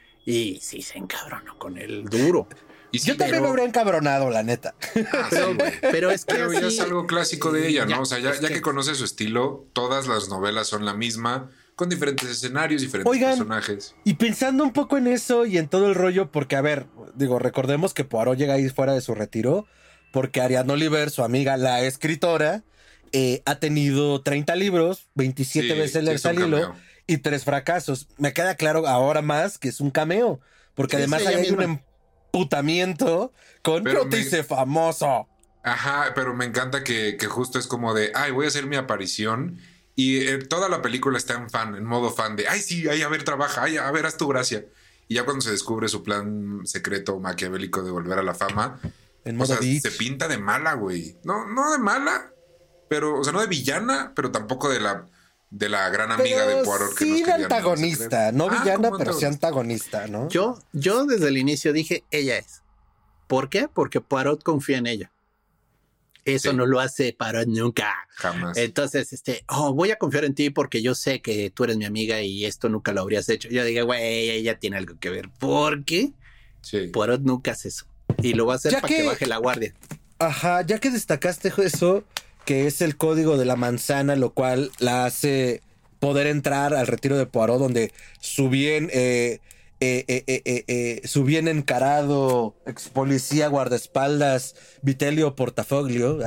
y sí se encabronó con el duro. Y sí, Yo también pero... me habría encabronado, la neta. Ah, pero, sí, pero es que pero así... ya es algo clásico de ella, ¿no? Ya, o sea, ya, ya que... que conoce su estilo, todas las novelas son la misma, con diferentes escenarios, diferentes Oigan, personajes. Y pensando un poco en eso y en todo el rollo, porque, a ver, digo, recordemos que Poirot llega ahí fuera de su retiro, porque Ariadne Oliver, su amiga, la escritora, eh, ha tenido treinta libros, veintisiete sí, bestsellers sí, al hilo y tres fracasos. Me queda claro ahora más que es un cameo, porque sí, además sí, hay misma. un emputamiento con pero yo te me... hice famoso. Ajá, pero me encanta que, que justo es como de, ay, voy a hacer mi aparición. Y eh, toda la película está en fan, en modo fan de, ay, sí, ay, a ver, trabaja, ay, a ver, haz tu gracia. Y ya cuando se descubre su plan secreto maquiavélico de volver a la fama, en o sea, beach. se pinta de mala, güey. No, no de mala, pero, o sea, no de villana, pero tampoco de la, de la gran amiga pero de Poirot que sí nos quería antagonista, no ah, villana, pero sí antagonista, ¿no? Yo, yo desde el inicio dije, ella es. ¿Por qué? Porque Poirot confía en ella. Eso sí. No lo hace Poirot nunca. Jamás. Entonces, este, oh, voy a confiar en ti porque yo sé que tú eres mi amiga y esto nunca lo habrías hecho. Yo dije, güey, ella tiene algo que ver. ¿Por qué? Sí. Poirot nunca hace eso. Y lo va a hacer ya para que, que baje la guardia. Ajá, ya que destacaste eso, que es el código de la manzana, lo cual la hace poder entrar al retiro de Poirot, donde su bien... Eh, Eh, eh, eh, eh, eh, su bien encarado ex policía guardaespaldas Vitelio Portafoglio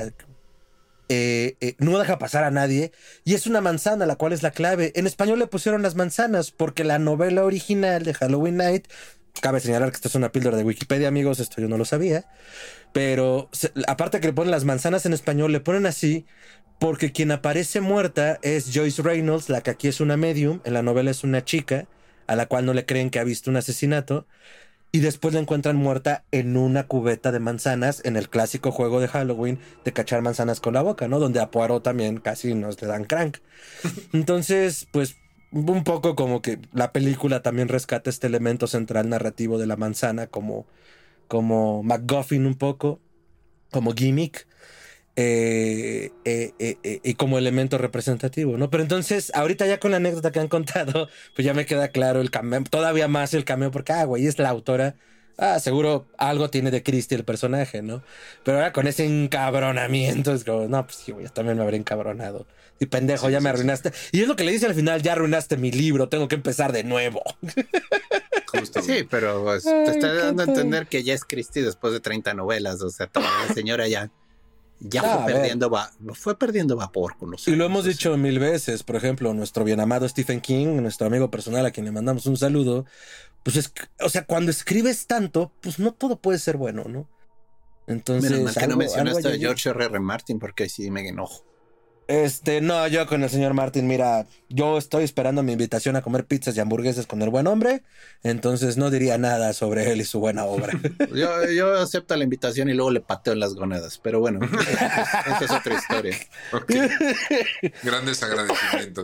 eh, eh, no deja pasar a nadie y es una manzana, la cual es la clave. En español le pusieron las manzanas porque la novela original de Halloween Night cabe señalar que esta es una píldora de Wikipedia, amigos, esto yo no lo sabía. Pero se, aparte que le ponen las manzanas en español, le ponen así porque quien aparece muerta es Joyce Reynolds, la que aquí es una medium, en la novela es una chica a la cual no le creen que ha visto un asesinato. Y después la encuentran muerta en una cubeta de manzanas en el clásico juego de Halloween de cachar manzanas con la boca, ¿no? Donde a Poirot también casi nos le dan crank. Entonces, pues, un poco como que la película también rescata este elemento central narrativo de la manzana como, como MacGuffin un poco, como gimmick. Eh, eh, eh, eh, y como elemento representativo, ¿no? Pero entonces, ahorita ya con la anécdota que han contado, pues ya me queda claro el cameo, todavía más el cameo, porque, ah, güey, es la autora. Ah, seguro algo tiene de Christie el personaje, ¿no? Pero ahora con ese encabronamiento, es como, no, pues sí, güey, yo también me habré encabronado. Y pendejo, sí, ya sí, me arruinaste. Sí. Y es lo que le dice al final, ya arruinaste mi libro, tengo que empezar de nuevo. Justo. Sí, pero pues, Ay, te está dando a entender que ya es Christie después de treinta novelas, o sea, toda la señora ya... Ya ah, fue, perdiendo va, fue perdiendo vapor con los años. Y lo hemos dicho mil veces, por ejemplo, nuestro bien amado Stephen King, nuestro amigo personal a quien le mandamos un saludo, pues es, o sea, cuando escribes tanto, pues no todo puede ser bueno, ¿no? Entonces, menos mal que algo, no mencionaste a George R R. Martin porque sí me enojo. Este, no, yo con el señor Martin, mira, yo estoy esperando mi invitación a comer pizzas y hamburguesas con el buen hombre, entonces no diría nada sobre él y su buena obra. yo, yo acepto la invitación y luego le pateo en las gónadas, pero bueno, esa es otra historia. Okay. Grandes agradecimientos.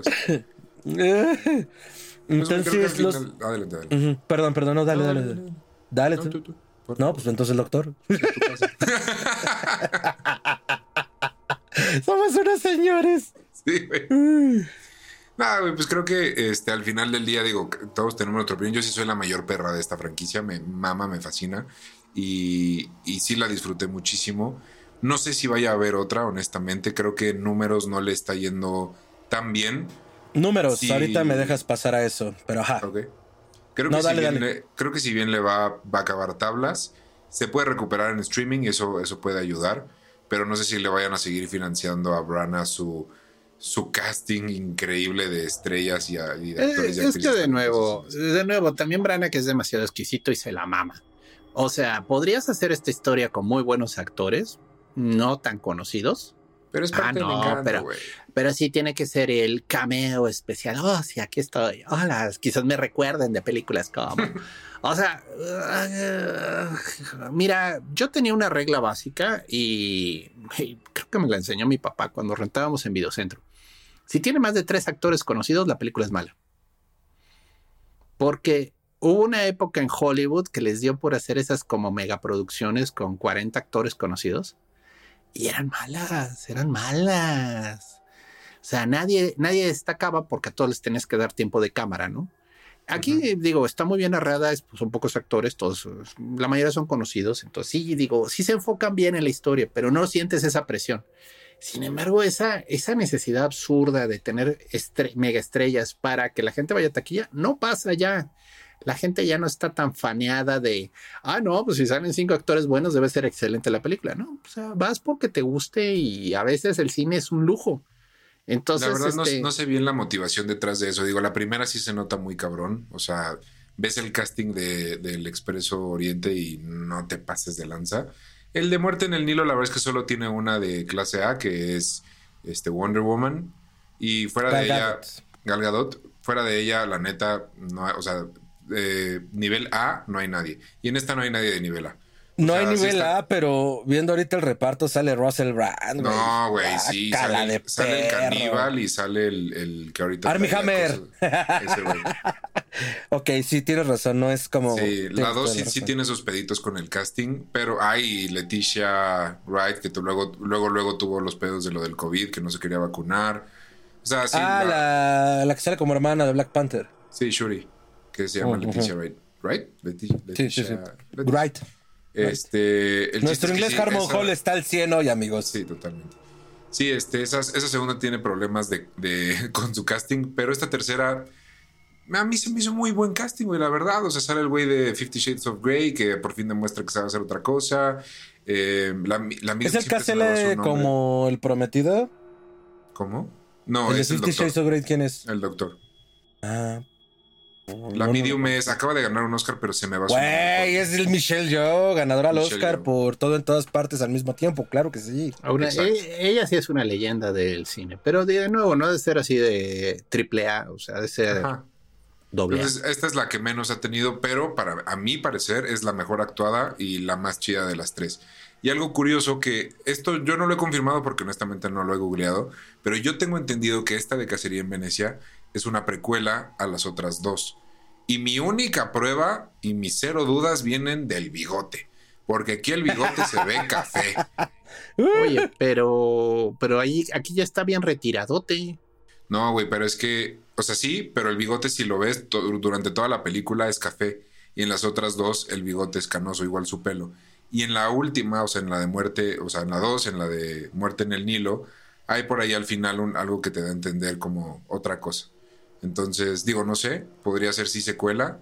Entonces, final... los... adelante, adelante. Uh-huh. Perdón, perdón, no, dale, no, dale, dale. Dale, no, tú. Tú, tú. No, pues entonces el doctor. Somos unos señores. Sí, güey. Nada, güey, pues creo que este, al final del día, digo, todos tenemos nuestra opinión. Yo sí soy la mayor perra de esta franquicia. Me mama, me fascina. Y, y sí la disfruté muchísimo. No sé si vaya a haber otra, honestamente. Creo que en números no le está yendo tan bien. Números, sí. Ahorita me dejas pasar a eso, pero ajá. Ok. Creo, no, que dale, si bien dale. Le, creo que si bien le va, va a acabar tablas, se puede recuperar en streaming y eso, eso puede ayudar. Pero no sé si le vayan a seguir financiando a Branagh su, su casting increíble de estrellas y, a, y de actores. Eh, y es que de nuevo, de nuevo, también Branagh es demasiado exquisito y se la mama. O sea, podrías hacer esta historia con muy buenos actores, no tan conocidos. Pero es parte ah, no, del encanto, pero, güey. pero sí tiene que ser el cameo especial. Oh, sí, aquí estoy. Hola, quizás me recuerden de películas como... O sea, uh, mira, yo tenía una regla básica y, y creo que me la enseñó mi papá cuando rentábamos en Videocentro. Si tiene más de tres actores conocidos, la película es mala. Porque hubo una época en Hollywood que les dio por hacer esas como megaproducciones con cuarenta actores conocidos. Y eran malas, eran malas. O sea, nadie, nadie destacaba porque a todos les tenías que dar tiempo de cámara, ¿no? Aquí, uh-huh. digo, está muy bien narrada, son pocos actores, todos, la mayoría son conocidos, entonces sí, digo, sí se enfocan bien en la historia, pero no sientes esa presión. Sin embargo, esa, esa necesidad absurda de tener estre- mega estrellas para que la gente vaya a taquilla, no pasa ya. La gente ya no está tan faneada de, ah, no, pues si salen cinco actores buenos debe ser excelente la película, ¿no? O sea, vas porque te guste y a veces el cine es un lujo. Entonces, la verdad este... no, no sé bien la motivación detrás de eso. Digo, la primera sí se nota muy cabrón. O sea, ves el casting de, del Expreso Oriente y no te pases de lanza. El de Muerte en el Nilo, la verdad es que solo tiene una de clase A, que es este Wonder Woman. Y fuera Gal de Gadot. ella, Gal Gadot, fuera de ella, la neta, no, o sea, eh, nivel A no hay nadie. Y en esta no hay nadie de nivel A. O no sea, hay nivel sí está... A, pero viendo ahorita el reparto sale Russell Brand. No, güey, sí. Sale, sale el caníbal y sale el, el que ahorita... Armie Hammer. Ese güey. Ok, sí, tienes razón. No es como... Sí, la dos sí, sí tiene sus peditos con el casting, pero hay Leticia Wright, que tú luego, luego, luego tuvo los pedos de lo del COVID, que no se quería vacunar. O sea, sí. Ah, la, la, la que sale como hermana de Black Panther. Sí, Shuri, que se llama uh, Leticia uh-huh. Wright. ¿Right? Leticia. Sí, sí, sí. Wright. Este, el Nuestro inglés es sí, Harmon esa... Hall está al cien hoy, amigos. Sí, totalmente. Sí, este, esas, esa segunda tiene problemas de, de, con su casting, pero esta tercera a mí se me hizo muy buen casting, güey, la verdad. O sea, sale el güey de Fifty Shades of Grey, que por fin demuestra que sabe hacer otra cosa. Eh, la, la ¿Es el que hace como el prometido? ¿Cómo? No, ¿El es de Fifty Shades of Grey quién es? El doctor. Ah. La medium es, acaba de ganar un Oscar, pero se me va a Güey, es el Michelle Yeoh, ganadora al Oscar Yeoh. por Todo en Todas Partes al mismo tiempo, claro que sí. Una, e, ella sí es una leyenda del cine, pero de nuevo, no de ser así de triple A, o sea, de ser Ajá. doble A. Entonces, esta es la que menos ha tenido, pero para a mi parecer es la mejor actuada y la más chida de las tres. Y algo curioso que esto yo no lo he confirmado porque honestamente no lo he googleado, pero yo tengo entendido que esta de Cacería en Venecia es una precuela a las otras dos. Y mi única prueba y mis cero dudas vienen del bigote, porque aquí el bigote se ve café. Oye, pero pero ahí aquí ya está bien retiradote. No, güey, pero es que, o sea, sí, pero el bigote si lo ves to- durante toda la película es café y en las otras dos el bigote es canoso, igual su pelo. Y en la última, o sea, en la de muerte, o sea, en la dos, en la de muerte en el Nilo, hay por ahí al final un, algo que te da a entender como otra cosa. Entonces, digo, no sé, podría ser sí secuela,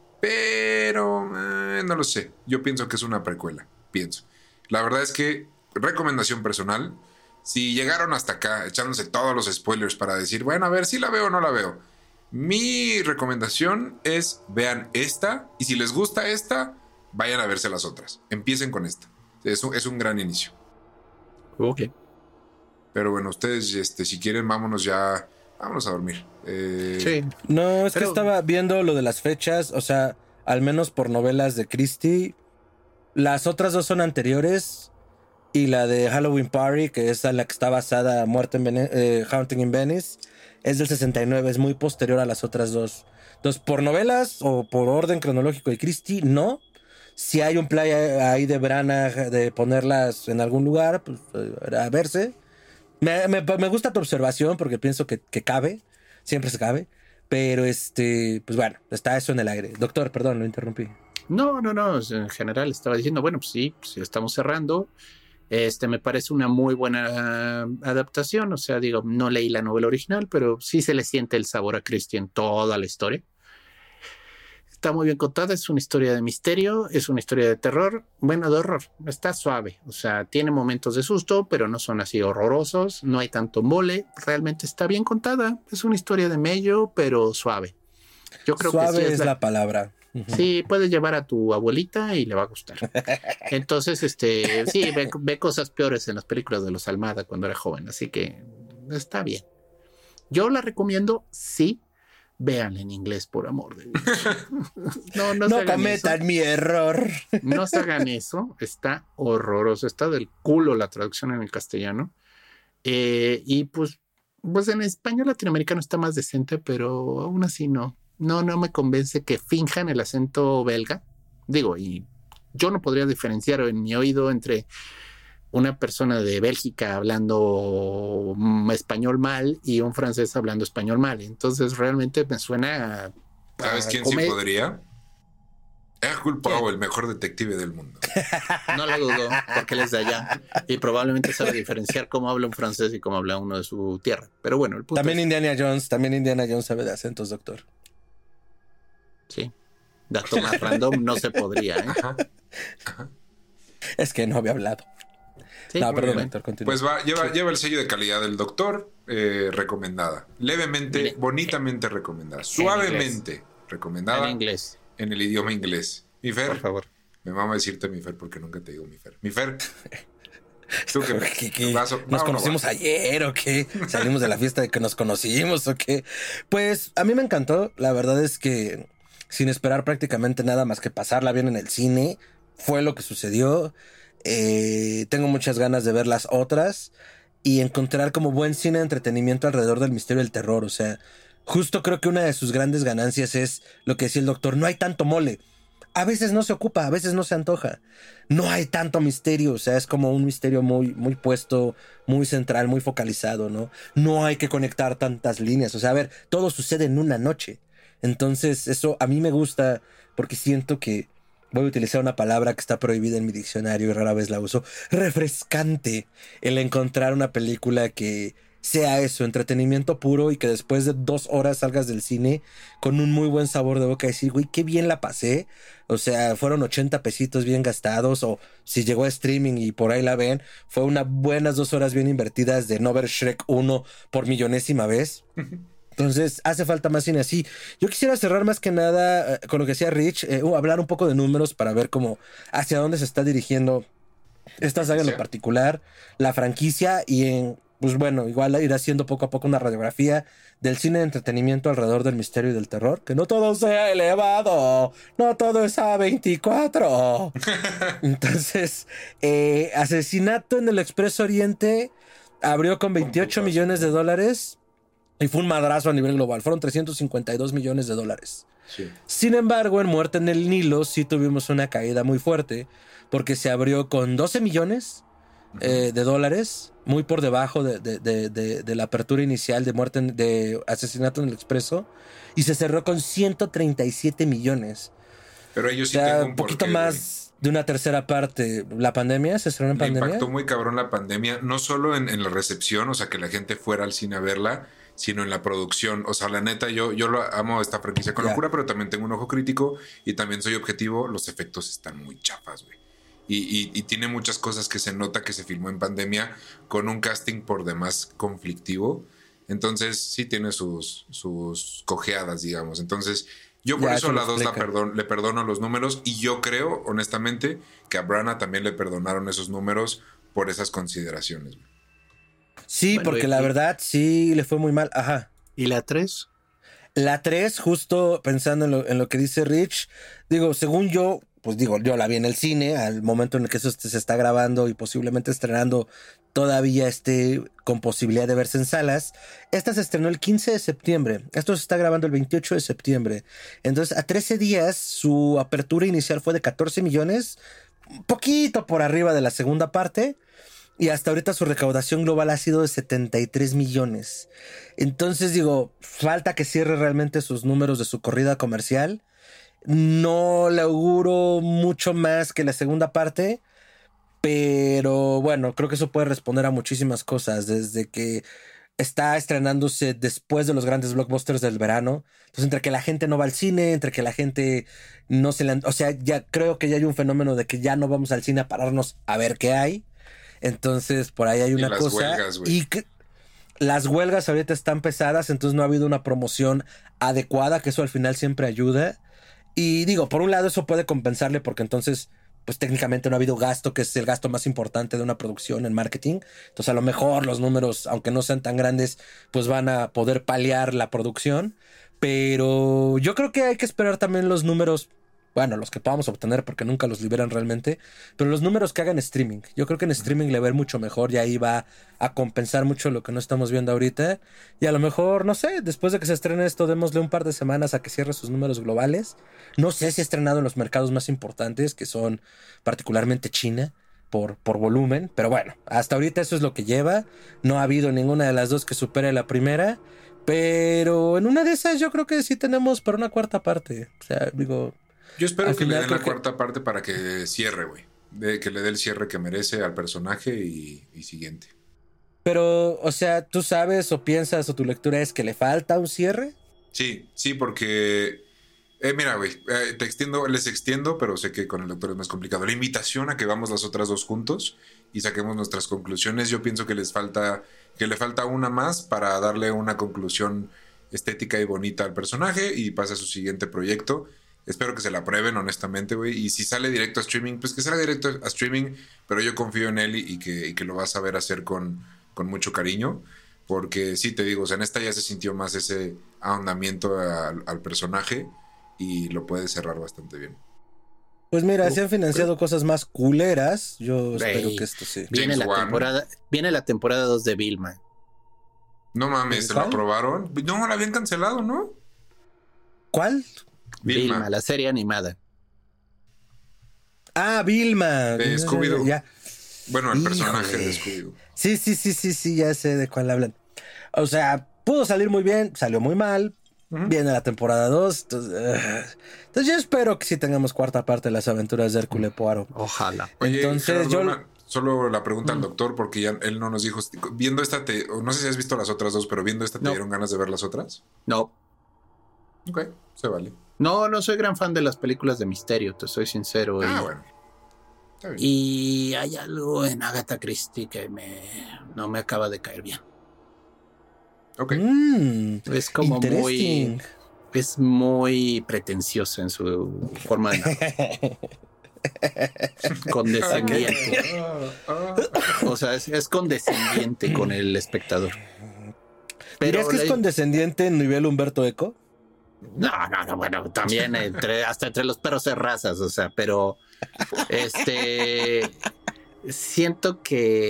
pero eh, no lo sé. Yo pienso que es una precuela, pienso. La verdad es que, recomendación personal, si llegaron hasta acá echándose todos los spoilers para decir, bueno, a ver si la veo o no la veo, mi recomendación es vean esta y si les gusta esta, vayan a verse las otras. Empiecen con esta. Es un, es un gran inicio. Ok. Pero bueno, ustedes, este, si quieren, vámonos ya. Vámonos a dormir. Eh, Sí. No, es Pero- que estaba viendo lo de las fechas, o sea, al menos por novelas de Christie. Las otras dos son anteriores. Y la de Halloween Party, que es a la que está basada Muerte en Vene- eh, Haunting in Venice, es del sesenta y nueve, es muy posterior a las otras dos. Entonces, por novelas o por orden cronológico de Christie, no. Si hay un play ahí de Branagh de ponerlas en algún lugar, pues a verse. Me, me, me gusta tu observación porque pienso que, que cabe, siempre se cabe, pero este, pues bueno, está eso en el aire. Doctor, perdón, lo interrumpí. No, no, no. En general estaba diciendo, bueno, pues sí, pues ya estamos cerrando. Este me parece una muy buena adaptación. O sea, digo, no leí la novela original, pero sí se le siente el sabor a Christie en toda la historia. Está muy bien contada, es una historia de misterio, es una historia de terror, bueno, de horror, está suave, o sea, tiene momentos de susto, pero no son así horrorosos, no hay tanto mole, realmente está bien contada, es una historia de mello, pero suave. Yo creo Suave que sí es la, la palabra. Sí, puedes llevar a tu abuelita y le va a gustar. Entonces, este, sí, ve, ve cosas peores en las películas de los Almada cuando era joven, así que está bien. Yo la recomiendo, sí. Véanla en inglés, por amor de Dios. No, no, no cometan mi error. No se hagan eso. Está horroroso. Está del culo la traducción en el castellano. Eh, y pues, pues en español latinoamericano está más decente, pero aún así no. No, no me convence que finjan el acento belga. Digo, y yo no podría diferenciar en mi oído entre una persona de Bélgica hablando español mal y un francés hablando español mal. Entonces realmente me suena a, ¿Sabes quién comer... sí podría? Hercule Poirot, el mejor detective del mundo. No lo dudo, porque él es de allá y probablemente sabe diferenciar cómo habla un francés y cómo habla uno de su tierra. Pero bueno, el punto También es... Indiana Jones, también Indiana Jones sabe de acentos, doctor. Sí. Dato más random, no se podría, ¿eh? Ajá. Ajá. Es que no había hablado. Sí, no, perdón, doctor, continúa. Pues va, lleva, sí. lleva el sello de calidad del doctor, eh, recomendada. Levemente, Le bonitamente recomendada. Suavemente inglés. recomendada. En inglés. En el idioma inglés. Mi Fer. Por favor. Me mama decirte mi Fer porque nunca te digo mi Fer. Mi Fer. ¿Tú qué? ¿Qué, qué? Vaso, ¿Nos no, conocimos no ayer o qué? ¿Salimos de la fiesta de que nos conocimos o qué? Pues a mí me encantó. La verdad es que sin esperar prácticamente nada más que pasarla bien en el cine, fue lo que sucedió. Eh, tengo muchas ganas de ver las otras y encontrar como buen cine de entretenimiento alrededor del misterio y el terror. O sea, justo creo que una de sus grandes ganancias es lo que decía el doctor, no hay tanto mole. A veces no se ocupa, a veces no se antoja. No hay tanto misterio, o sea, es como un misterio muy, muy puesto, muy central, muy focalizado, ¿no? No hay que conectar tantas líneas, o sea, a ver, todo sucede en una noche. Entonces, eso a mí me gusta porque siento que voy a utilizar una palabra que está prohibida en mi diccionario y rara vez la uso. Refrescante el encontrar una película que sea eso, entretenimiento puro y que después de dos horas salgas del cine con un muy buen sabor de boca y decir, güey, qué bien la pasé. O sea, fueron ochenta pesitos bien gastados o si llegó a streaming y por ahí la ven, fue unas buenas dos horas bien invertidas de no ver Shrek uno por millonésima vez. Entonces, hace falta más cine así. Yo quisiera cerrar más que nada eh, con lo que decía Rich, eh, uh, hablar un poco de números para ver cómo hacia dónde se está dirigiendo esta saga en lo particular, la franquicia, y en, pues bueno, igual ir haciendo poco a poco una radiografía del cine de entretenimiento alrededor del misterio y del terror. Que no todo sea elevado, no todo es A veinticuatro. Entonces, eh, Asesinato en el Expreso Oriente abrió con veintiocho millones de dólares y fue un madrazo a nivel global. Fueron trescientos cincuenta y dos millones de dólares. Sí. Sin embargo, en Muerte en el Nilo sí tuvimos una caída muy fuerte, porque se abrió con doce millones eh, de dólares, muy por debajo de, de, de, de, de la apertura inicial de Muerte en, de Asesinato en el Expreso, y se cerró con ciento treinta y siete millones. Pero ellos sí O sea, tengo un un poquito porqué, más de una tercera parte. ¿La pandemia? ¿Se estrenó en Me pandemia? impactó muy cabrón la pandemia, no solo en, en la recepción, o sea, que la gente fuera al cine a verla, sino en la producción. O sea, la neta, yo, yo lo amo esta franquicia con Ya. locura, pero también tengo un ojo crítico y también soy objetivo. Los efectos están muy chafas, güey. Y, y, y tiene muchas cosas que se nota que se filmó en pandemia con un casting por demás conflictivo. Entonces, sí tiene sus, sus cojeadas, digamos. Entonces, yo por Ya, eso eso a lo la dos la explica. perdon, le perdono los números, y yo creo, honestamente, que a Branagh también le perdonaron esos números por esas consideraciones, güey. Sí, Bueno, porque y- la y- verdad sí le fue muy mal. Ajá. ¿Y la tres? La tres, justo pensando en lo, en lo que dice Rich, digo, según yo, pues digo, yo la vi en el cine al momento en el que eso se está grabando y posiblemente estrenando, todavía esté con posibilidad de verse en salas. Esta se estrenó el quince de septiembre. Esto se está grabando el veintiocho de septiembre. Entonces, a trece días, su apertura inicial fue de catorce millones, un poquito por arriba de la segunda parte. Y hasta ahorita su recaudación global ha sido de setenta y tres millones. Entonces digo, falta que cierre realmente sus números de su corrida comercial. No le auguro mucho más que la segunda parte, pero bueno, creo que eso puede responder a muchísimas cosas, desde que está estrenándose después de los grandes blockbusters del verano. Entonces, entre que la gente no va al cine, entre que la gente no se le... O sea, ya creo que ya hay un fenómeno de que ya no vamos al cine a pararnos a ver qué hay. Entonces, por ahí hay una las cosa. huelgas, güey. Y que las huelgas ahorita están pesadas, entonces no ha habido una promoción adecuada, que eso al final siempre ayuda. Y digo, por un lado eso puede compensarle porque entonces, pues técnicamente no ha habido gasto, que es el gasto más importante de una producción en marketing. Entonces a lo mejor los números, aunque no sean tan grandes, pues van a poder paliar la producción. Pero yo creo que hay que esperar también los números, bueno, los que podamos obtener porque nunca los liberan realmente, pero los números que hagan streaming. Yo creo que en streaming le va a ir mucho mejor y ahí va a compensar mucho lo que no estamos viendo ahorita. Y a lo mejor, no sé, después de que se estrene esto, démosle un par de semanas a que cierre sus números globales. No sé si ha estrenado en los mercados más importantes, que son particularmente China, por, por volumen, pero bueno, hasta ahorita eso es lo que lleva. No ha habido ninguna de las dos que supere la primera, pero en una de esas yo creo que sí tenemos para una cuarta parte. O sea, digo... Yo espero Al que le final den la creo que- cuarta parte para que cierre, güey. De que le dé el cierre que merece al personaje y, y siguiente. Pero, o sea, ¿tú sabes o piensas o tu lectura es que le falta un cierre? Sí, sí, porque... Eh, mira, güey, eh, te extiendo, les extiendo, pero sé que con el doctor es más complicado. La invitación a que vamos las otras dos juntos y saquemos nuestras conclusiones. Yo pienso que les falta, que le falta una más para darle una conclusión estética y bonita al personaje y pase a su siguiente proyecto. Espero que se la aprueben, honestamente, güey. Y si sale directo a streaming, pues que salga directo a streaming, pero yo confío en él y, y que, y que lo va a saber hacer con, con mucho cariño. Porque sí, te digo, o sea, en esta ya se sintió más ese ahondamiento al, al personaje y lo puede cerrar bastante bien. Pues mira, se han financiado cosas más culeras. Yo Güey. espero que esto sí. Viene James la Wan. temporada, viene la temporada dos de Vilma. No mames, ¿se lo ¿Cuál? aprobaron? No, la habían cancelado, ¿no? ¿Cuál? Vilma. Vilma, la serie animada. Ah, Vilma. De Scooby-Doo. Ya. Bueno, el Híjole. personaje de Scooby-Doo. Sí, sí, sí, sí, sí, ya sé de cuál hablan. O sea, pudo salir muy bien, salió muy mal. Ujú. Viene la temporada dos. Entonces, uh, entonces yo espero que sí tengamos cuarta parte de las aventuras de Hércules Poirot. Ojalá. Oye, Entonces, Gerardo, yo- una- solo la pregunta al doctor, porque ya él no nos dijo. Viendo esta, te, o no sé si has visto las otras dos, pero viendo esta, ¿te No. dieron ganas de ver las otras? No, Ok, se vale. no, no soy gran fan de las películas de misterio, te soy sincero. Ah, y, bueno. Está bien. y hay algo en Agatha Christie que me, no me acaba de caer bien. Ok. Mm, Es como muy... Es muy pretencioso en su forma de narrar. Condescendiente. O sea, es, es condescendiente con el espectador. Pero ¿Dirías que es le- condescendiente en nivel Humberto Eco? No, no, no, bueno, también entre, hasta entre los perros de razas, o sea, pero este siento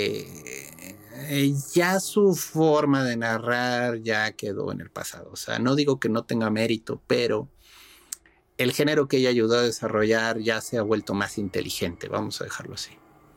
que eh, ya su forma de narrar ya quedó en el pasado. O sea, no digo que no tenga mérito, pero el género que ella ayudó a desarrollar ya se ha vuelto más inteligente, vamos a dejarlo así.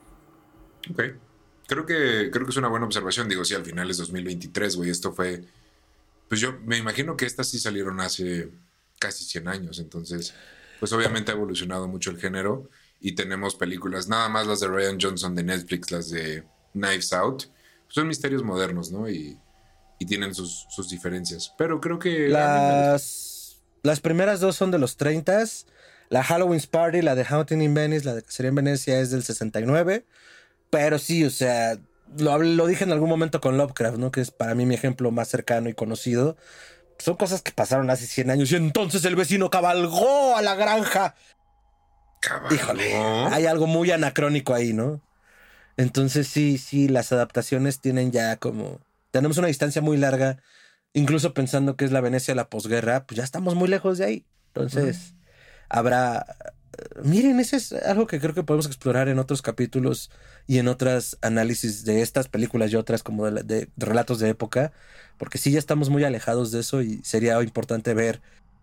Ok. Creo que, creo que es una buena observación. Digo, sí, al final es dos mil veintitrés, güey. Esto fue... Pues yo me imagino que estas sí salieron hace casi cien años. Entonces, pues obviamente ha evolucionado mucho el género. Y tenemos películas, nada más las de Rian Johnson de Netflix, las de Knives Out. Son misterios modernos, ¿no? Y, y tienen sus, sus diferencias. Pero creo que... Las, las primeras dos son de los treinta. La Halloween's Party, la de Haunting in Venice, la de Cacería en Venecia es del sesenta y nueve. Pero sí, o sea, lo, lo dije en algún momento con Lovecraft, ¿no? Que es para mí mi ejemplo más cercano y conocido. Son cosas que pasaron hace cien años y entonces el vecino cabalgó a la granja. ¿Cabalgó? Híjole, hay algo muy anacrónico ahí, ¿no? Entonces sí, sí, las adaptaciones tienen ya como... Tenemos una distancia muy larga, incluso pensando que es la Venecia de la posguerra, pues ya estamos muy lejos de ahí. Entonces, uh-huh. habrá... Miren, ese es algo que creo que podemos explorar en otros capítulos y en otros análisis de estas películas y otras como de, de, de relatos de época, porque sí ya estamos muy alejados de eso y sería importante ver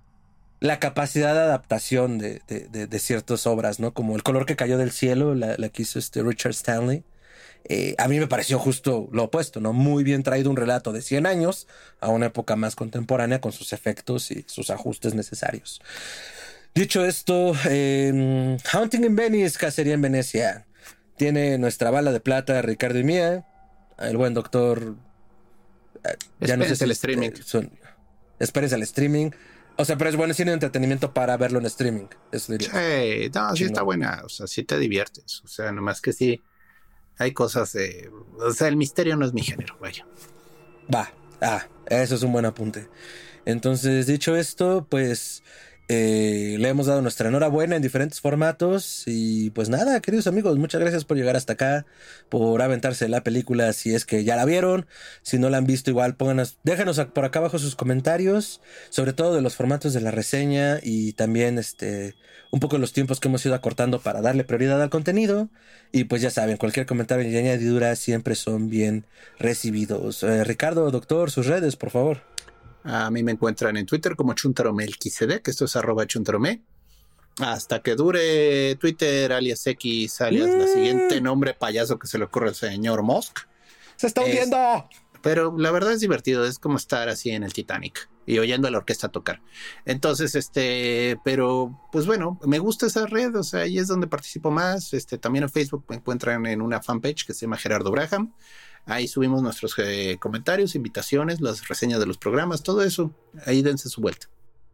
la capacidad de adaptación de, de, de, de ciertas obras, ¿no? Como El color que cayó del cielo, la, la que hizo este Richard Stanley. Eh, a mí me pareció justo lo opuesto, ¿no? Muy bien traído un relato de cien años a una época más contemporánea con sus efectos y sus ajustes necesarios. Dicho esto, eh, Haunting in Venice, Cacería en Venecia, tiene nuestra bala de plata, Ricardo y mía, el buen doctor... Eh, ya no sé si el streaming. Eh, son, espérense el streaming. O sea, pero es bueno cine de entretenimiento para verlo en streaming. Eso diría. Sí, no, sí está buena. O sea, sí te diviertes. O sea, nomás que sí hay cosas de... O sea, el misterio no es mi género, vaya. Va, ah, eso es un buen apunte. Entonces, dicho esto, pues... Eh, le hemos dado nuestra enhorabuena en diferentes formatos y pues nada, queridos amigos, muchas gracias por llegar hasta acá, por aventarse la película si es que ya la vieron, si no la han visto igual pónganos, déjanos por acá abajo sus comentarios, sobre todo de los formatos de la reseña y también este un poco los tiempos que hemos ido acortando para darle prioridad al contenido y pues ya saben, cualquier comentario y añadidura siempre son bien recibidos. Eh, Ricardo, doctor, sus redes, por favor. A mí me encuentran en Twitter como Chuntaromelquisedec, que esto es arroba Chuntarome. Hasta que dure Twitter, alias X, alias mm. la siguiente nombre payaso que se le ocurre al señor Musk. ¡Se está hundiendo! Es, pero la verdad es divertido, es como estar así en el Titanic y oyendo a la orquesta tocar. Entonces, este, pero pues bueno, me gusta esa red, o sea, ahí es donde participo más. Este, también en Facebook me encuentran en una fanpage que se llama Gerardo Braham. Ahí subimos nuestros eh, comentarios, invitaciones, las reseñas de los programas, todo eso. Ahí dense su vuelta.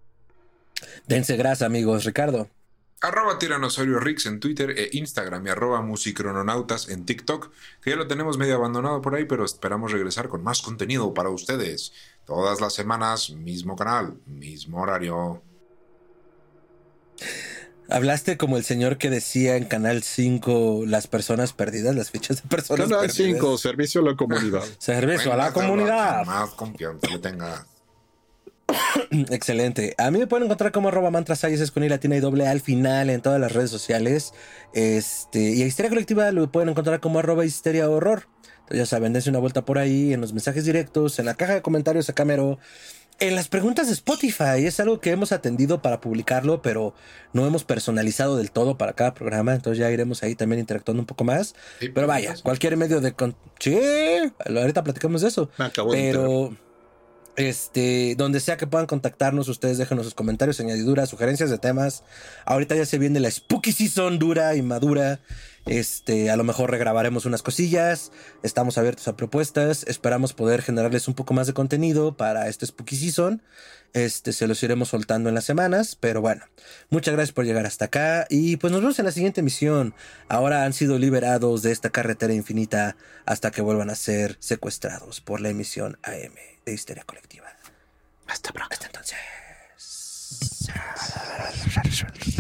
Dense grasa, amigos. Ricardo. Arroba Tiranosaurio Rix en Twitter e Instagram y arroba Musicrononautas en TikTok, que ya lo tenemos medio abandonado por ahí, pero esperamos regresar con más contenido para ustedes. Todas las semanas, mismo canal, mismo horario. Hablaste como el señor que decía en Canal cinco las personas perdidas, las fichas de personas Canal perdidas. Canal cinco, servicio a la comunidad. Servicio a la comunidad. Más confianza le tenga. Excelente. A mí me pueden encontrar como arroba mantrasayes, es con I latina y doble A al final en todas las redes sociales. Este, y a Histeria Colectiva lo pueden encontrar como arroba histeria horror. Entonces ya saben, dense una vuelta por ahí, en los mensajes directos, en la caja de comentarios acá mero. En las preguntas de Spotify es algo que hemos atendido para publicarlo, pero no hemos personalizado del todo para cada programa, entonces ya iremos ahí también interactuando un poco más. Sí, pero vaya, sí. Cualquier medio de... Con... Sí, ahorita platicamos de eso. Pero, este, donde sea que puedan contactarnos, ustedes déjenos sus comentarios, añadiduras, sugerencias de temas. Ahorita ya se viene la Spooky Season dura y madura. Este, a lo mejor regrabaremos unas cosillas. Estamos abiertos a propuestas. Esperamos poder generarles un poco más de contenido para este Spooky Season. Este, se los iremos soltando en las semanas. Pero bueno, muchas gracias por llegar hasta acá. Y pues nos vemos en la siguiente emisión. Ahora han sido liberados de esta carretera infinita hasta que vuelvan a ser secuestrados por la emisión A M de Histeria Colectiva. Hasta pronto. Hasta entonces.